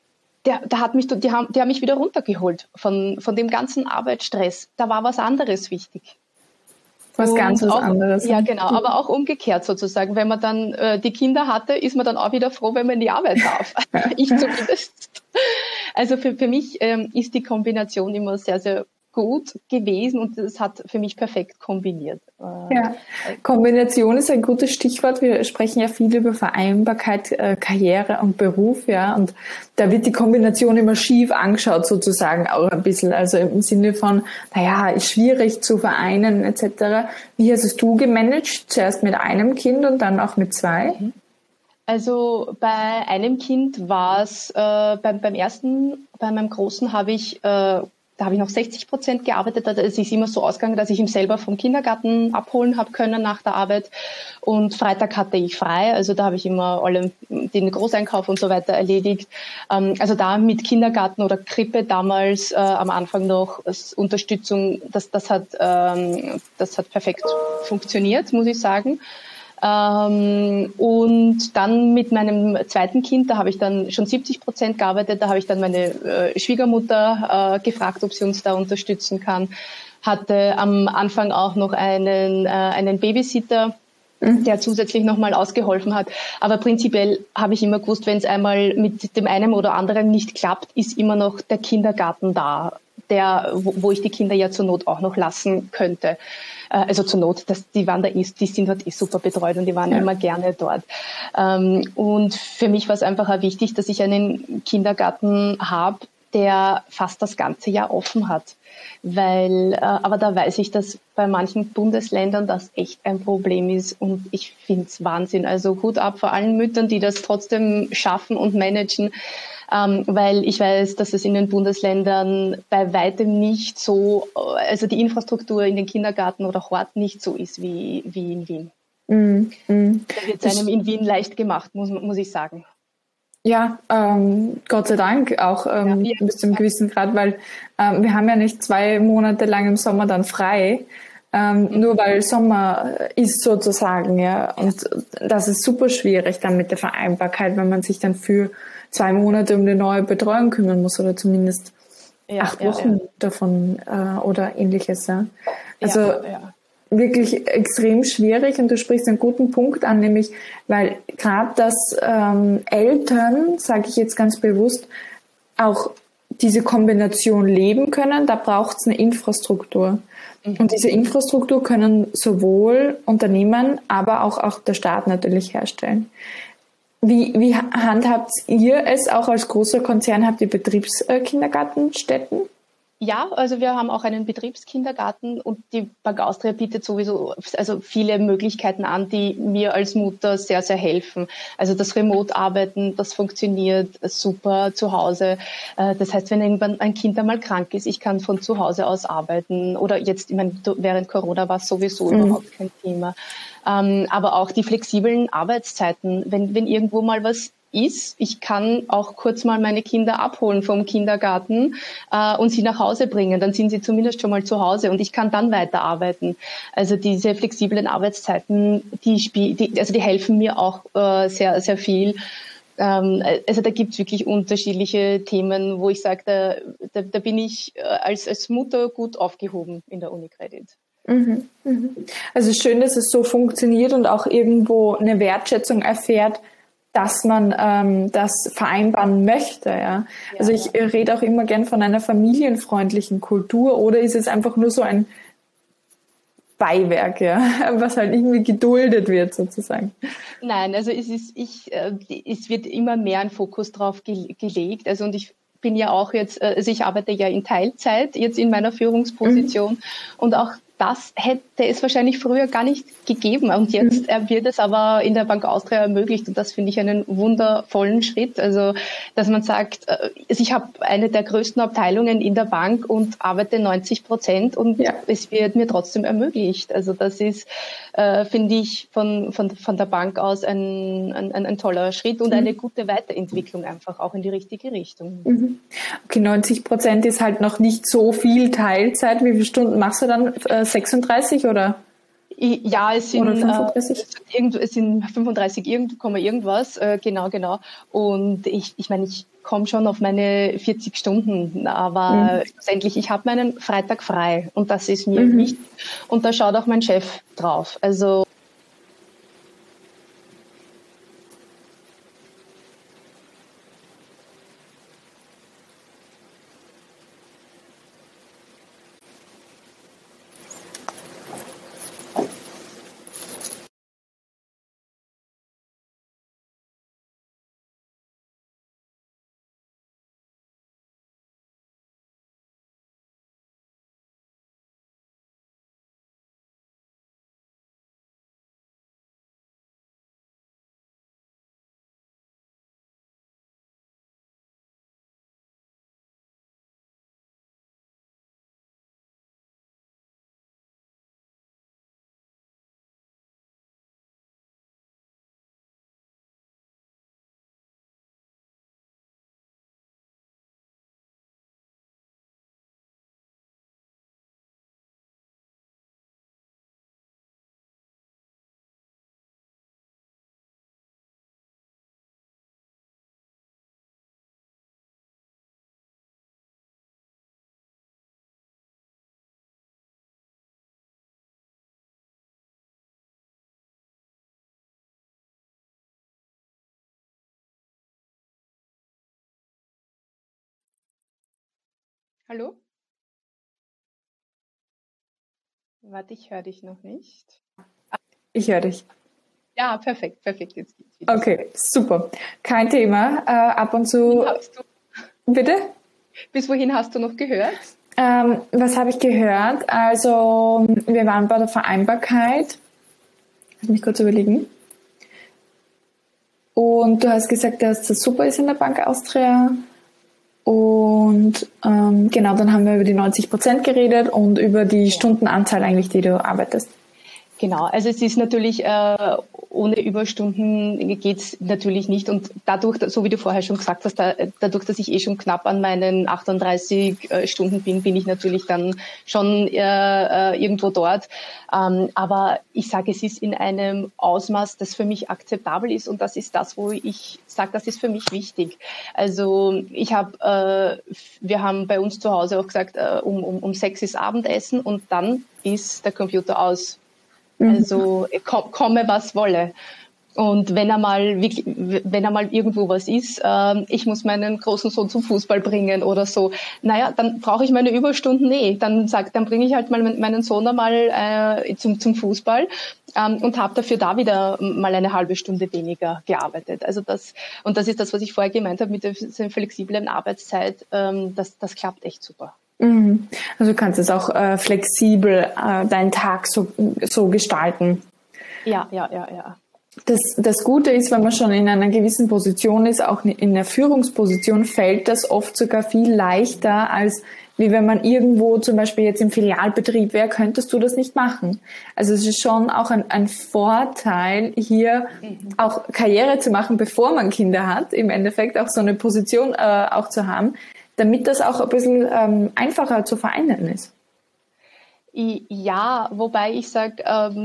mich wieder runtergeholt von dem ganzen Arbeitsstress. Da war was anderes wichtig. Was ganz anderes. Ja, genau. Aber auch umgekehrt sozusagen. Wenn man dann die Kinder hatte, ist man dann auch wieder froh, wenn man in die Arbeit darf. Ich zumindest. Also für mich ist die Kombination immer sehr, sehr gut gewesen und es hat für mich perfekt kombiniert. Ja, Kombination ist ein gutes Stichwort. Wir sprechen ja viel über Vereinbarkeit, Karriere und Beruf, ja, und da wird die Kombination immer schief angeschaut sozusagen auch ein bisschen, also im Sinne von, naja, ist schwierig zu vereinen etc. Wie hast es du gemanagt? Zuerst mit einem Kind und dann auch mit 2? Also bei einem Kind war es, beim ersten, bei meinem Großen da habe ich noch 60% gearbeitet. Da ist es immer so ausgegangen, dass ich ihn selber vom Kindergarten abholen habe können nach der Arbeit. Und Freitag hatte ich frei. Also da habe ich immer den Großeinkauf und so weiter erledigt. Also da mit Kindergarten oder Krippe damals am Anfang noch als Unterstützung, das hat perfekt funktioniert, muss ich sagen. Und dann mit meinem zweiten Kind, da habe ich dann schon 70% gearbeitet, da habe ich dann meine Schwiegermutter gefragt, ob sie uns da unterstützen kann. Hatte am Anfang auch noch einen Babysitter, der zusätzlich nochmal ausgeholfen hat. Aber prinzipiell habe ich immer gewusst, wenn es einmal mit dem einen oder anderen nicht klappt, ist immer noch der Kindergarten da, wo ich die Kinder ja zur Not auch noch lassen könnte. Also zur Not, die sind dort super betreut und die waren immer gerne dort. Und für mich war es einfach auch wichtig, dass ich einen Kindergarten habe, der fast das ganze Jahr offen hat. Aber da weiß ich, dass bei manchen Bundesländern das echt ein Problem ist und ich finde es Wahnsinn. Also Hut ab vor allen Müttern, die das trotzdem schaffen und managen, weil ich weiß, dass es in den Bundesländern bei weitem nicht so, also die Infrastruktur in den Kindergarten oder Hort nicht so ist wie in Wien. Da wird es einem in Wien leicht gemacht, muss ich sagen. Ja, Gott sei Dank auch bis zu einem gewissen Grad, weil wir haben ja nicht 2 Monate lang im Sommer dann frei, nur weil Sommer ist sozusagen, ja. Und das ist super schwierig dann mit der Vereinbarkeit, wenn man sich dann für 2 Monate um eine neue Betreuung kümmern muss oder zumindest 8 Wochen davon oder ähnliches. Ja. Also wirklich extrem schwierig und du sprichst einen guten Punkt an, nämlich weil gerade dass Eltern, sage ich jetzt ganz bewusst, auch diese Kombination leben können, da braucht es eine Infrastruktur. Und diese Infrastruktur können sowohl Unternehmen, aber auch der Staat natürlich herstellen. Wie handhabt ihr es auch als großer Konzern? Habt ihr Betriebskindergartenstätten? Ja, also wir haben auch einen Betriebskindergarten und die Bank Austria bietet sowieso also viele Möglichkeiten an, die mir als Mutter sehr, sehr helfen. Also das Remote-Arbeiten, das funktioniert super zu Hause. Das heißt, wenn irgendwann ein Kind einmal krank ist, ich kann von zu Hause aus arbeiten oder jetzt, ich meine, während Corona war es sowieso überhaupt kein Thema. Aber auch die flexiblen Arbeitszeiten, wenn irgendwo mal was ist, ich kann auch kurz mal meine Kinder abholen vom Kindergarten und sie nach Hause bringen. Dann sind sie zumindest schon mal zu Hause und ich kann dann weiterarbeiten. Also diese flexiblen Arbeitszeiten, die helfen mir auch sehr, sehr viel. Also da gibt's wirklich unterschiedliche Themen, wo ich sage, da bin ich als Mutter gut aufgehoben in der Unicredit. Also schön, dass es so funktioniert und auch irgendwo eine Wertschätzung erfährt, dass man das vereinbaren möchte. Ja? Also ich rede auch immer gern von einer familienfreundlichen Kultur, oder ist es einfach nur so ein Beiwerk, ja, was halt irgendwie geduldet wird sozusagen? Nein, also es wird immer mehr ein Fokus drauf gelegt. Also und ich bin ja auch jetzt, also ich arbeite ja in Teilzeit jetzt in meiner Führungsposition und auch das hätte es wahrscheinlich früher gar nicht gegeben. Und jetzt wird es aber in der Bank Austria ermöglicht. Und das finde ich einen wundervollen Schritt. Also, dass man sagt, also ich habe eine der größten Abteilungen in der Bank und arbeite 90% und es wird mir trotzdem ermöglicht. Also das ist, finde ich, von der Bank aus ein toller Schritt und eine gute Weiterentwicklung einfach auch in die richtige Richtung. Okay, 90% ist halt noch nicht so viel Teilzeit. Wie viele Stunden machst du dann? 36 oder? Ja, es sind 35? Es sind 35 irgendwas, genau. Und ich meine, ich komme schon auf meine 40 Stunden, aber schlussendlich, ich habe meinen Freitag frei und das ist mir wichtig. Und da schaut auch mein Chef drauf. Also hallo? Warte, ich höre dich noch nicht. Ich höre dich. Ja, perfekt, jetzt geht's wieder. Okay, super. Kein Thema. Ab und zu. Bitte? Bis wohin hast du noch gehört? Was habe ich gehört? Also, wir waren bei der Vereinbarkeit. Lass mich kurz überlegen. Und du hast gesagt, dass das super ist in der Bank Austria. Und genau, dann haben wir über die 90% geredet und über die Stundenanzahl eigentlich, die du arbeitest. Genau, also es ist natürlich, ohne Überstunden geht's natürlich nicht. Und dadurch, so wie du vorher schon gesagt hast, dadurch, dass ich schon knapp an meinen 38 Stunden bin ich natürlich dann schon irgendwo dort. Aber ich sage, es ist in einem Ausmaß, das für mich akzeptabel ist. Und das ist das, wo ich sage, das ist für mich wichtig. Also wir haben bei uns zu Hause auch gesagt, um 6 ist Abendessen und dann ist der Computer aus. Also komme, was wolle. Und wenn einmal irgendwo was ist, ich muss meinen großen Sohn zum Fußball bringen oder so, naja, dann brauche ich meine Überstunden Dann bringe ich halt mal meinen Sohn einmal zum Fußball und habe dafür da wieder mal eine halbe Stunde weniger gearbeitet. Also das ist das, was ich vorher gemeint habe mit der flexiblen Arbeitszeit. Das klappt echt super. Mhm. Also du kannst es auch flexibel deinen Tag so gestalten. Ja. Das Gute ist, wenn man schon in einer gewissen Position ist, auch in der Führungsposition, fällt das oft sogar viel leichter, als wie wenn man irgendwo zum Beispiel jetzt im Filialbetrieb wäre, könntest du das nicht machen. Also es ist schon auch ein Vorteil, hier auch Karriere zu machen, bevor man Kinder hat, im Endeffekt auch so eine Position auch zu haben, damit das auch ein bisschen einfacher zu vereinen ist. Ja, wobei ich sage,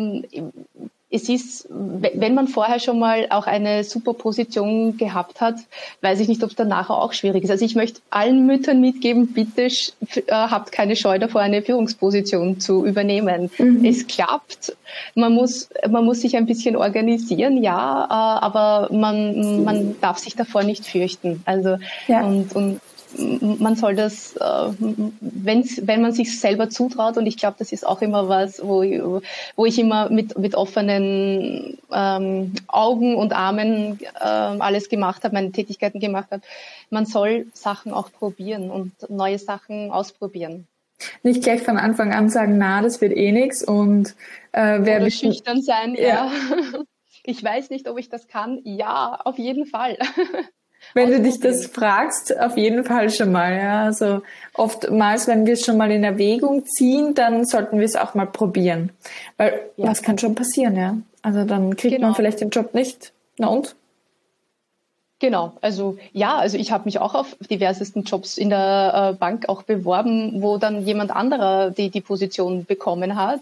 es ist, wenn man vorher schon mal auch eine super Position gehabt hat, weiß ich nicht, ob es dann nachher auch schwierig ist. Also ich möchte allen Müttern mitgeben, bitte habt keine Scheu davor, eine Führungsposition zu übernehmen. Es klappt. Man muss sich ein bisschen organisieren, ja, aber man darf sich davor nicht fürchten. Also, und man soll das, wenn man sich selber zutraut, und ich glaube, das ist auch immer was, wo ich immer mit offenen Augen und Armen alles gemacht habe, meine Tätigkeiten gemacht habe. Man soll Sachen auch probieren und neue Sachen ausprobieren. Nicht gleich von Anfang an sagen, na, das wird eh nix und oder schüchtern sein, ja. Ich weiß nicht, ob ich das kann. Ja, auf jeden Fall. Wenn du dich das fragst, auf jeden Fall schon mal. Ja. Also oftmals, wenn wir es schon mal in Erwägung ziehen, dann sollten wir es auch mal probieren. Weil was kann schon passieren, ja? Also dann kriegt man vielleicht den Job nicht. Na und? Genau, also ich habe mich auch auf diversesten Jobs in der Bank auch beworben, wo dann jemand anderer die Position bekommen hat.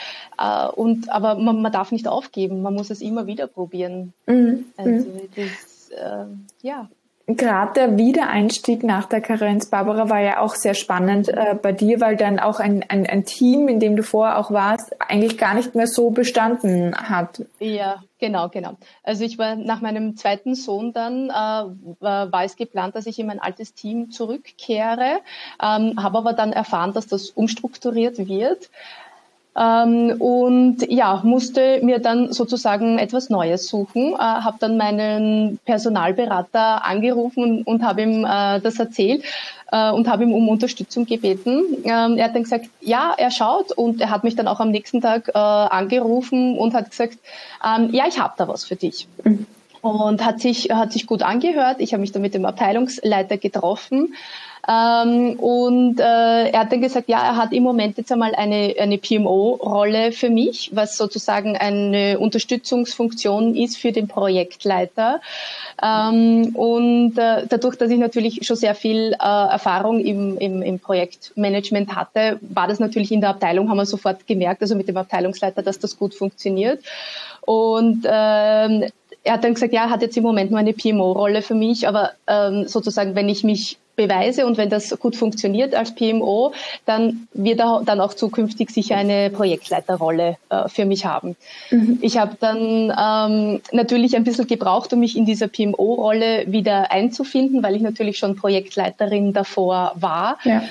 Aber man darf nicht aufgeben, man muss es immer wieder probieren. Also das, Gerade der Wiedereinstieg nach der Karenz, Barbara, war ja auch sehr spannend bei dir, weil dann auch ein Team, in dem du vorher auch warst, eigentlich gar nicht mehr so bestanden hat. Ja, genau. Also ich war nach meinem zweiten Sohn dann, war es geplant, dass ich in mein altes Team zurückkehre, habe aber dann erfahren, dass das umstrukturiert wird. Und musste mir dann sozusagen etwas Neues suchen, habe dann meinen Personalberater angerufen und habe ihm das erzählt und habe ihm um Unterstützung gebeten. Er hat dann gesagt, ja, er schaut, und er hat mich dann auch am nächsten Tag angerufen und hat gesagt, ich habe da was für dich. Und hat sich gut angehört. Ich habe mich dann mit dem Abteilungsleiter getroffen. Und er hat dann gesagt, ja, er hat im Moment jetzt einmal eine PMO-Rolle für mich, was sozusagen eine Unterstützungsfunktion ist für den Projektleiter. Und dadurch, dass ich natürlich schon sehr viel Erfahrung im Projektmanagement hatte, war das natürlich in der Abteilung, haben wir sofort gemerkt, also mit dem Abteilungsleiter, dass das gut funktioniert. Und er hat dann gesagt, ja, er hat jetzt im Moment nur eine PMO-Rolle für mich, aber sozusagen, wenn ich mich beweise und wenn das gut funktioniert als PMO, dann wird er dann auch zukünftig sicher eine Projektleiterrolle für mich haben. Ich habe dann natürlich ein bisschen gebraucht, um mich in dieser PMO-Rolle wieder einzufinden, weil ich natürlich schon Projektleiterin davor war. Ja.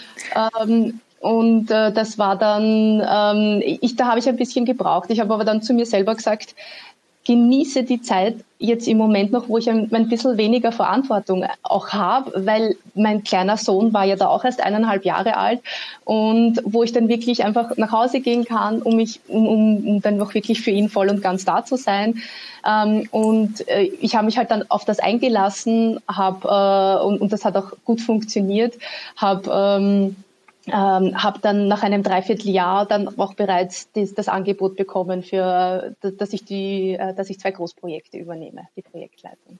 Und das war dann, da habe ich ein bisschen gebraucht. Ich habe aber dann zu mir selber gesagt, genieße die Zeit jetzt im Moment noch, wo ich ein bisschen weniger Verantwortung auch habe, weil mein kleiner Sohn war ja da auch erst 1,5 Jahre alt, und wo ich dann wirklich einfach nach Hause gehen kann, um dann noch wirklich für ihn voll und ganz da zu sein. Und ich habe mich halt dann auf das eingelassen, und das hat auch gut funktioniert, habe dann nach einem Dreivierteljahr dann auch bereits das Angebot bekommen, dass ich 2 Großprojekte übernehme, die Projektleitung.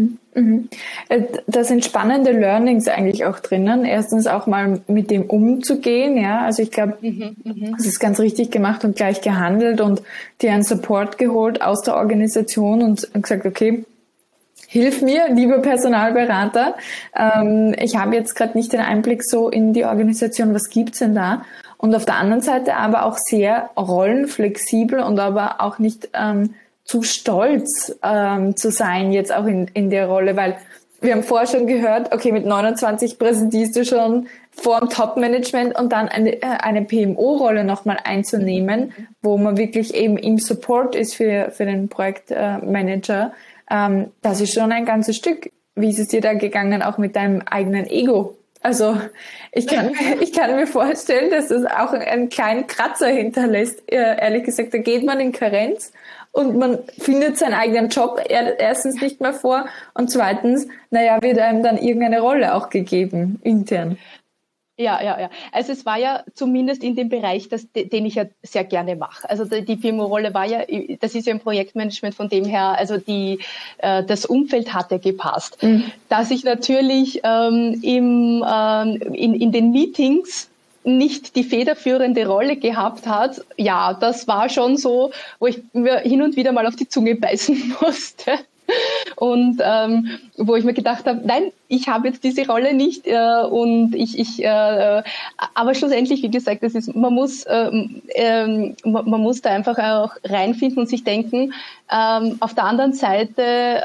Da sind spannende Learnings eigentlich auch drinnen. Erstens auch mal mit dem umzugehen, ja. Also ich glaube, das ist ganz richtig gemacht und gleich gehandelt und dir einen Support geholt aus der Organisation und gesagt, okay, hilf mir, lieber Personalberater. Ich habe jetzt gerade nicht den Einblick so in die Organisation, was gibt's denn da? Und auf der anderen Seite aber auch sehr rollenflexibel und aber auch nicht zu stolz zu sein, jetzt auch in der Rolle, weil wir haben vorher schon gehört, okay, mit 29 präsentierst du schon vor dem Top-Management, und dann eine PMO-Rolle nochmal einzunehmen, wo man wirklich eben im Support ist für den Projektmanager. Das ist schon ein ganzes Stück. Wie ist es dir da gegangen, auch mit deinem eigenen Ego Also ich kann mir vorstellen, dass das auch einen kleinen Kratzer hinterlässt. Ehrlich gesagt, da geht man in Karenz und man findet seinen eigenen Job erstens nicht mehr vor und zweitens, wird einem dann irgendeine Rolle auch gegeben, intern. Ja. Also es war ja zumindest in dem Bereich, den ich ja sehr gerne mache. Also die PMO-Rolle war ja, das ist ja im Projektmanagement, von dem her, also das Umfeld hat ja gepasst. Dass ich natürlich in den Meetings nicht die federführende Rolle gehabt hat, ja, das war schon so, wo ich mir hin und wieder mal auf die Zunge beißen musste. Und wo ich mir gedacht habe, nein, ich habe jetzt diese Rolle nicht und aber schlussendlich, wie gesagt, man muss da einfach auch reinfinden und sich denken, auf der anderen Seite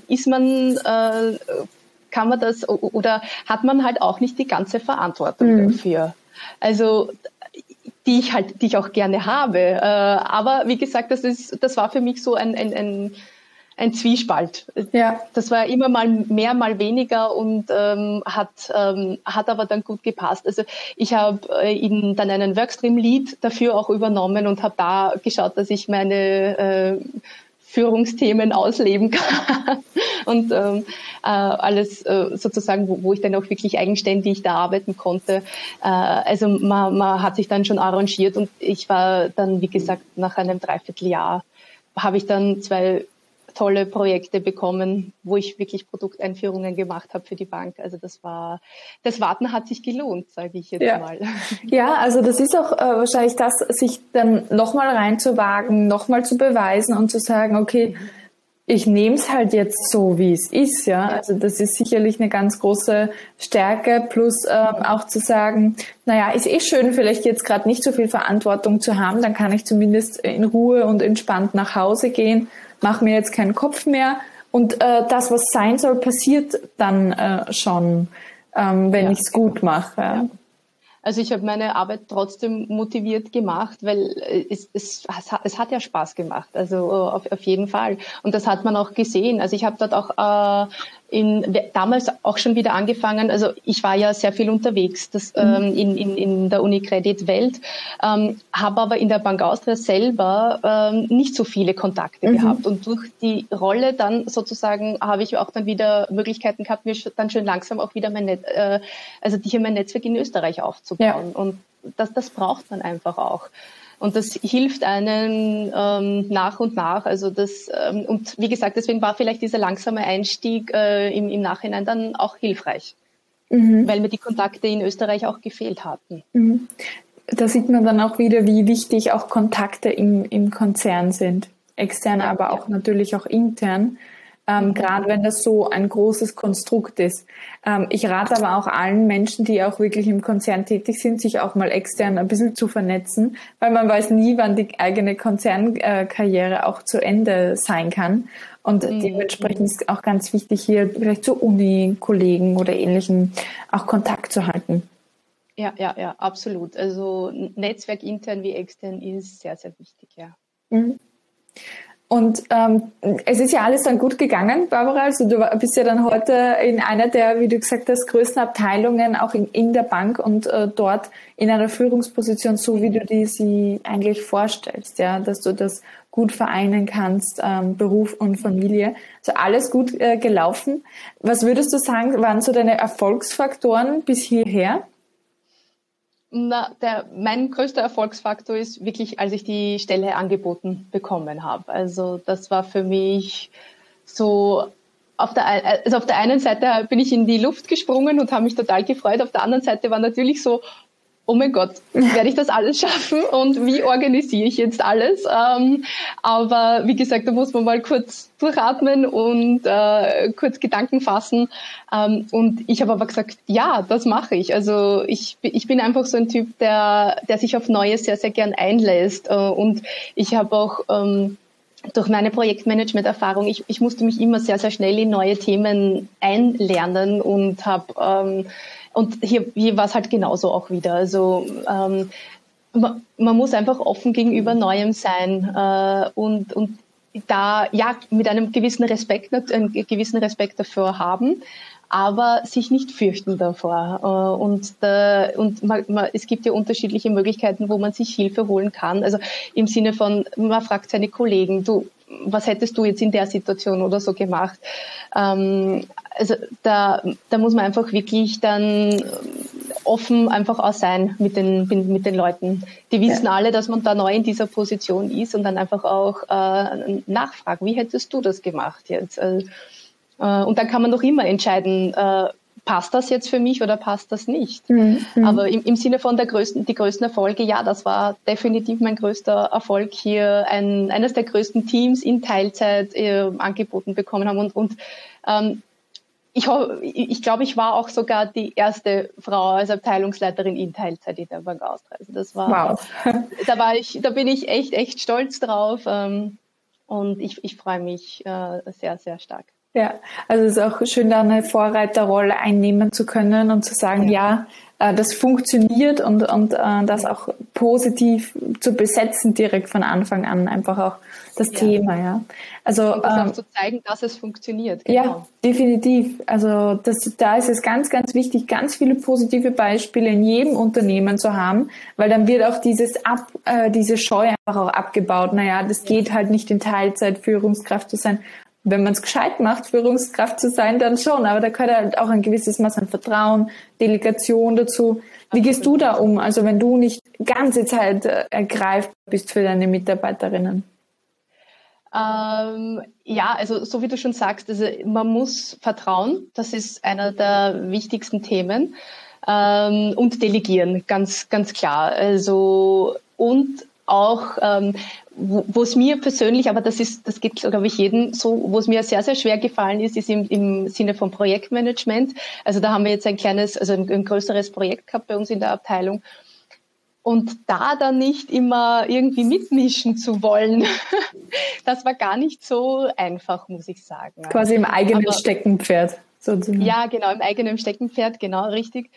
kann man das oder hat man halt auch nicht die ganze Verantwortung dafür. Also die ich auch gerne habe. Aber wie gesagt, das war für mich so ein Zwiespalt. Ja. Das war immer mal mehr, mal weniger und hat aber dann gut gepasst. Also ich habe dann einen Workstream-Lead dafür auch übernommen und habe da geschaut, dass ich meine Führungsthemen ausleben kann und alles sozusagen, wo ich dann auch wirklich eigenständig da arbeiten konnte. Also man hat sich dann schon arrangiert und ich war dann, wie gesagt, nach einem Dreivierteljahr habe ich dann 2 tolle Projekte bekommen, wo ich wirklich Produkteinführungen gemacht habe für die Bank. Also das Warten hat sich gelohnt, sage ich jetzt mal. Ja, also das ist auch wahrscheinlich das, sich dann nochmal reinzuwagen, nochmal zu beweisen und zu sagen, okay, ich nehme es halt jetzt so, wie es ist, ja. Also das ist sicherlich eine ganz große Stärke, plus auch zu sagen, ist schön, vielleicht jetzt gerade nicht so viel Verantwortung zu haben, dann kann ich zumindest in Ruhe und entspannt nach Hause gehen, mache mir jetzt keinen Kopf mehr und das, was sein soll, passiert dann schon, wenn ich es gut mache. Ja. Also ich habe meine Arbeit trotzdem motiviert gemacht, weil es hat ja Spaß gemacht, also auf jeden Fall. Und das hat man auch gesehen. Also ich habe dort auch damals auch schon wieder angefangen. Also ich war ja sehr viel unterwegs in der UniCredit-Welt, habe aber in der Bank Austria selber nicht so viele Kontakte gehabt. Und durch die Rolle dann sozusagen habe ich auch dann wieder Möglichkeiten gehabt, mir dann schon langsam auch wieder mein Netzwerk in Österreich aufzubauen. Ja. Und das braucht man einfach auch. Und das hilft einem nach und nach. Also und wie gesagt, deswegen war vielleicht dieser langsame Einstieg im Nachhinein dann auch hilfreich, weil mir die Kontakte in Österreich auch gefehlt hatten. Da sieht man dann auch wieder, wie wichtig auch Kontakte im Konzern sind. Extern, aber auch natürlich auch intern. Gerade wenn das so ein großes Konstrukt ist. Ich rate aber auch allen Menschen, die auch wirklich im Konzern tätig sind, sich auch mal extern ein bisschen zu vernetzen, weil man weiß nie, wann die eigene Konzernkarriere auch zu Ende sein kann. Und dementsprechend ist auch ganz wichtig, hier vielleicht zu Uni-Kollegen oder Ähnlichem auch Kontakt zu halten. Ja, absolut. Also Netzwerk intern wie extern ist sehr, sehr wichtig, ja. Und es ist ja alles dann gut gegangen, Barbara. Also du bist ja dann heute in einer der, wie du gesagt hast, größten Abteilungen auch in der Bank und dort in einer Führungsposition, so wie du dir sie eigentlich vorstellst, ja, dass du das gut vereinen kannst, Beruf und Familie. Also alles gut gelaufen. Was würdest du sagen, waren so deine Erfolgsfaktoren bis hierher? Mein größter Erfolgsfaktor ist wirklich, als ich die Stelle angeboten bekommen habe. Also das war für mich so, auf der einen Seite bin ich in die Luft gesprungen und habe mich total gefreut. Auf der anderen Seite war natürlich so, oh mein Gott, werde ich das alles schaffen und wie organisiere ich jetzt alles? Aber wie gesagt, da muss man mal kurz durchatmen und kurz Gedanken fassen. Und ich habe aber gesagt, ja, das mache ich. Also ich bin einfach so ein Typ, der sich auf Neues sehr, sehr gern einlässt. Und ich habe auch durch meine Projektmanagement-Erfahrung, ich musste mich immer sehr, sehr schnell in neue Themen einlernen und habe und hier war es halt genauso auch wieder. Also man muss einfach offen gegenüber Neuem sein und da ja mit einem gewissen Respekt dafür haben. aber sich nicht fürchten davor. Es gibt ja unterschiedliche Möglichkeiten, wo man sich Hilfe holen kann. Also im Sinne von, man fragt seine Kollegen, du, was hättest du jetzt in der Situation oder so gemacht? Also da muss man einfach wirklich dann offen einfach auch sein mit den Leuten. Die wissen alle, dass man da neu in dieser Position ist und dann einfach auch nachfragen, wie hättest du das gemacht jetzt? Und dann kann man doch immer entscheiden, passt das jetzt für mich oder passt das nicht? Mhm. Aber im Sinne von die größten Erfolge, ja, das war definitiv mein größter Erfolg hier, eines der größten Teams in Teilzeit angeboten bekommen haben und ich glaube, ich war auch sogar die erste Frau als Abteilungsleiterin in Teilzeit in der Bank Austria. Also das war, wow. Da bin ich echt stolz drauf und ich freue mich sehr, sehr stark. Ja, also es ist auch schön, da eine Vorreiterrolle einnehmen zu können und zu sagen, ja, das funktioniert und das auch positiv zu besetzen direkt von Anfang an, einfach auch das Thema, ja. Also und das auch zu zeigen, dass es funktioniert. Genau. Ja, definitiv. Also da ist es ganz, ganz wichtig, ganz viele positive Beispiele in jedem Unternehmen zu haben, weil dann wird auch diese Scheu einfach auch abgebaut. Naja, das geht halt nicht in Teilzeit Führungskraft zu sein. Wenn man es gescheit macht, Führungskraft zu sein, dann schon. Aber da gehört halt auch ein gewisses Maß an Vertrauen, Delegation dazu. Wie gehst du da um? Also wenn du nicht ganze Zeit ergreifbar bist für deine Mitarbeiterinnen? Ja, also so wie du schon sagst, also man muss vertrauen. Das ist einer der wichtigsten Themen. Und delegieren, ganz, ganz klar. Also und auch wo es mir persönlich, aber das geht, glaube ich, jedem so, wo es mir sehr, sehr schwer gefallen ist im Sinne von Projektmanagement. Also da haben wir jetzt ein größeres Projekt gehabt bei uns in der Abteilung. Und da dann nicht immer irgendwie mitmischen zu wollen, das war gar nicht so einfach, muss ich sagen. Quasi im eigenen Steckenpferd. Sozusagen. Ja, genau, im eigenen Steckenpferd, genau, richtig.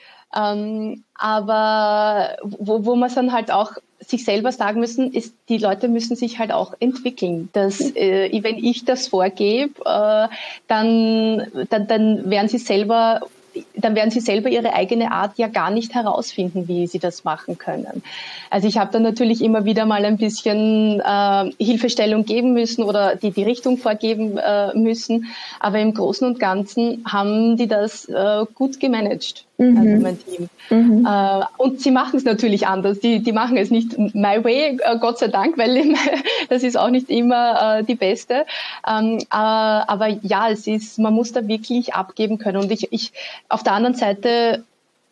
Aber wo man dann halt auch sich selber sagen müssen, ist, die Leute müssen sich halt auch entwickeln. Dass, wenn ich das vorgebe, dann werden sie selber ihre eigene Art ja gar nicht herausfinden, wie sie das machen können. Also ich habe dann natürlich immer wieder mal ein bisschen Hilfestellung geben müssen oder die Richtung vorgeben müssen, aber im Großen und Ganzen haben die das gut gemanagt, also mein Team. Und sie machen es natürlich anders. Die machen es nicht my way, Gott sei Dank, weil das ist auch nicht immer die beste. Aber ja, man muss da wirklich abgeben können. Und ich auf der anderen Seite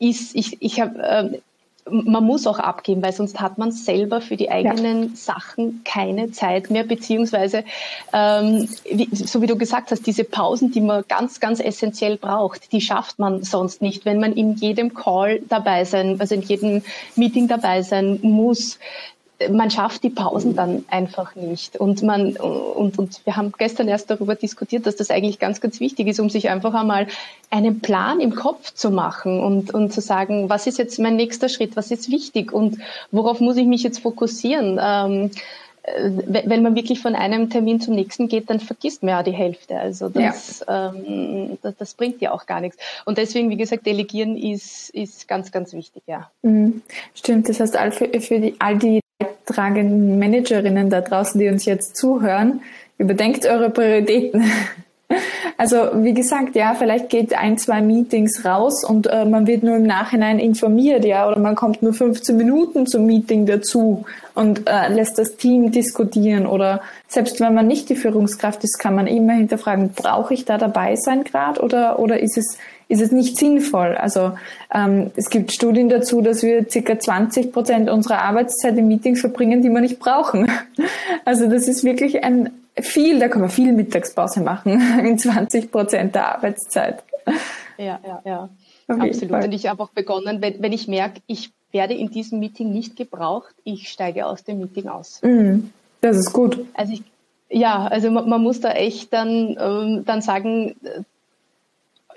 man muss auch abgeben, weil sonst hat man selber für die eigenen Sachen keine Zeit mehr, beziehungsweise, so wie du gesagt hast, diese Pausen, die man ganz, ganz essentiell braucht, die schafft man sonst nicht, wenn man in jedem Call dabei sein, also in jedem Meeting dabei sein muss. Man schafft die Pausen dann einfach nicht. Und wir haben gestern erst darüber diskutiert, dass das eigentlich ganz, ganz wichtig ist, um sich einfach einmal einen Plan im Kopf zu machen und zu sagen, was ist jetzt mein nächster Schritt, was ist wichtig und worauf muss ich mich jetzt fokussieren? Wenn man wirklich von einem Termin zum nächsten geht, dann vergisst man ja die Hälfte. Also das bringt ja auch gar nichts. Und deswegen, wie gesagt, Delegieren ist ganz, ganz wichtig, ja. Stimmt, das heißt, all die leidtragenden Managerinnen da draußen, die uns jetzt zuhören, überdenkt eure Prioritäten. Also wie gesagt, ja, vielleicht geht 1-2 Meetings raus und man wird nur im Nachhinein informiert, ja, oder man kommt nur 15 Minuten zum Meeting dazu und lässt das Team diskutieren, oder selbst wenn man nicht die Führungskraft ist, kann man immer hinterfragen, brauche ich da dabei sein gerade oder ist es nicht sinnvoll? Also es gibt Studien dazu, dass wir ca. 20% unserer Arbeitszeit in Meetings verbringen, die wir nicht brauchen. Also das ist wirklich da kann man viel Mittagspause machen in 20% der Arbeitszeit. Ja, absolut. Fall. Und ich habe auch begonnen, wenn ich merke, ich werde in diesem Meeting nicht gebraucht, ich steige aus dem Meeting aus. Das ist gut. Also man muss da echt dann sagen,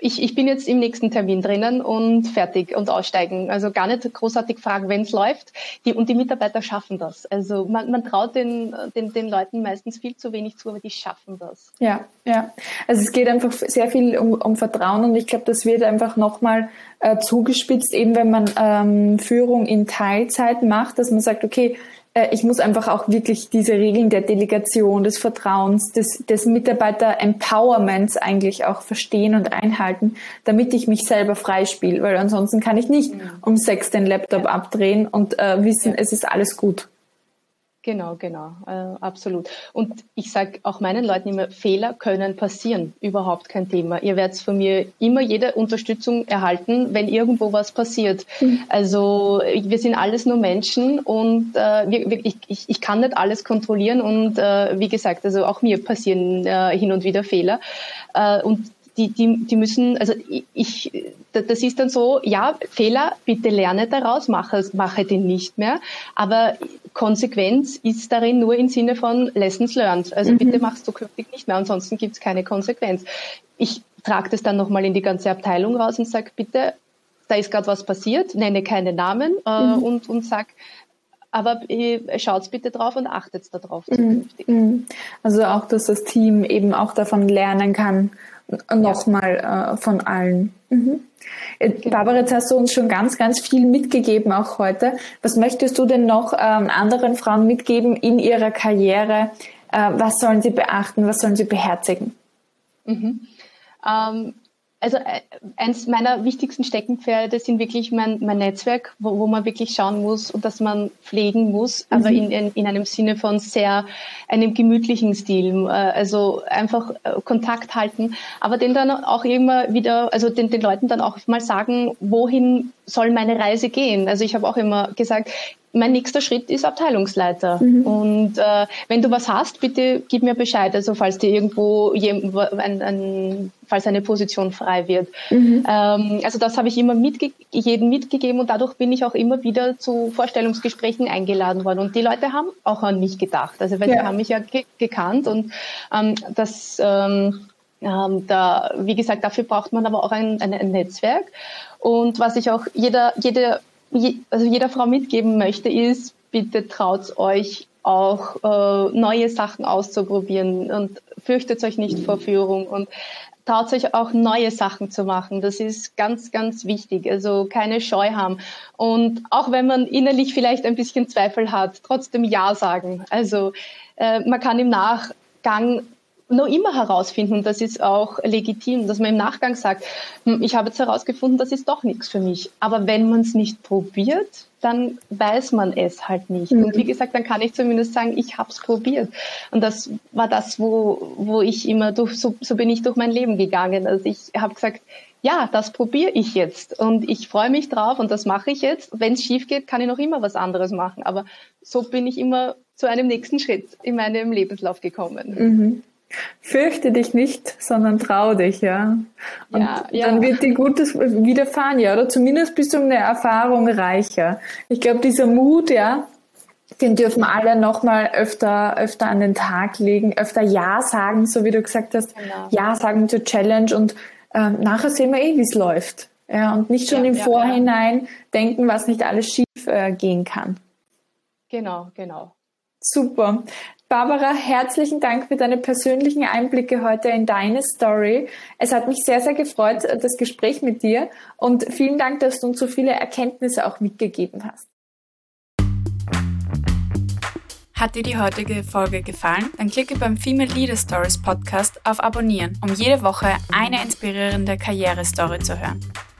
ich bin jetzt im nächsten Termin drinnen und fertig und aussteigen. Also gar nicht großartig fragen, wenn es läuft. Die Mitarbeiter schaffen das. Also man traut den Leuten meistens viel zu wenig zu, aber die schaffen das. Ja. Also es geht einfach sehr viel um Vertrauen und ich glaube, das wird einfach nochmal zugespitzt, eben wenn man Führung in Teilzeit macht, dass man sagt, okay, ich muss einfach auch wirklich diese Regeln der Delegation, des Vertrauens, des Mitarbeiter-Empowerments eigentlich auch verstehen und einhalten, damit ich mich selber freispiele, weil ansonsten kann ich nicht um 6 den Laptop abdrehen und wissen, es ist alles gut. Genau, absolut. Und ich sage auch meinen Leuten immer, Fehler können passieren, überhaupt kein Thema. Ihr werdet von mir immer jede Unterstützung erhalten, wenn irgendwo was passiert. Also wir sind alles nur Menschen und ich kann nicht alles kontrollieren und wie gesagt, also auch mir passieren hin und wieder Fehler und die müssen, also das ist dann so, ja, Fehler, bitte lerne daraus, mache den nicht mehr, aber Konsequenz ist darin nur im Sinne von Lessons learned. Also bitte machst du künftig nicht mehr, ansonsten gibt's keine Konsequenz. Ich trage das dann nochmal in die ganze Abteilung raus und sage, bitte, da ist gerade was passiert, nenne keine Namen und sag, aber schaut bitte drauf und achtet darauf zukünftig. Also auch, dass das Team eben auch davon lernen kann, nochmal von allen. Barbara, jetzt hast du uns schon ganz, ganz viel mitgegeben, auch heute. Was möchtest du denn noch anderen Frauen mitgeben in ihrer Karriere? Was sollen sie beachten? Was sollen sie beherzigen? Also eins meiner wichtigsten Steckenpferde sind wirklich mein Netzwerk, wo man wirklich schauen muss und das man pflegen muss, aber in einem Sinne von einem gemütlichen Stil. Also einfach Kontakt halten, aber den dann auch immer wieder, also den Leuten dann auch mal sagen, wohin soll meine Reise gehen? Also ich habe auch immer gesagt, mein nächster Schritt ist Abteilungsleiter. Und wenn du was hast, bitte gib mir Bescheid. Also falls dir irgendwo falls eine Position frei wird. Also das habe ich immer jedem mitgegeben und dadurch bin ich auch immer wieder zu Vorstellungsgesprächen eingeladen worden. Und die Leute haben auch an mich gedacht. Also weil sie haben mich ja gekannt und wie gesagt, dafür braucht man aber auch ein Netzwerk. Und was ich auch jeder Frau mitgeben möchte, ist, bitte traut euch auch neue Sachen auszuprobieren und fürchtet euch nicht vor Führung und traut euch auch neue Sachen zu machen. Das ist ganz, ganz wichtig. Also keine Scheu haben. Und auch wenn man innerlich vielleicht ein bisschen Zweifel hat, trotzdem Ja sagen. Also man kann im Nachgang noch immer herausfinden, und das ist auch legitim, dass man im Nachgang sagt, ich habe jetzt herausgefunden, das ist doch nichts für mich. Aber wenn man es nicht probiert, dann weiß man es halt nicht. Und wie gesagt, dann kann ich zumindest sagen, ich habe es probiert. Und das war das, wo ich immer so bin ich durch mein Leben gegangen. Also ich habe gesagt, ja, das probiere ich jetzt und ich freue mich drauf und das mache ich jetzt. Wenn es schief geht, kann ich noch immer was anderes machen. Aber so bin ich immer zu einem nächsten Schritt in meinem Lebenslauf gekommen. Fürchte dich nicht, sondern trau dich, ja. Und dann wird dir Gutes widerfahren, ja, oder zumindest bist du um eine Erfahrung reicher. Ich glaube, dieser Mut, ja, den dürfen alle nochmal öfter an den Tag legen, öfter Ja sagen, so wie du gesagt hast, Ja sagen zur Challenge und nachher sehen wir wie es läuft. Ja, und nicht schon im Vorhinein denken, was nicht alles schief gehen kann. Genau. Super. Barbara, herzlichen Dank für deine persönlichen Einblicke heute in deine Story. Es hat mich sehr, sehr gefreut, das Gespräch mit dir. Und vielen Dank, dass du uns so viele Erkenntnisse auch mitgegeben hast. Hat dir die heutige Folge gefallen? Dann klicke beim Female Leader Stories Podcast auf Abonnieren, um jede Woche eine inspirierende Karrierestory zu hören.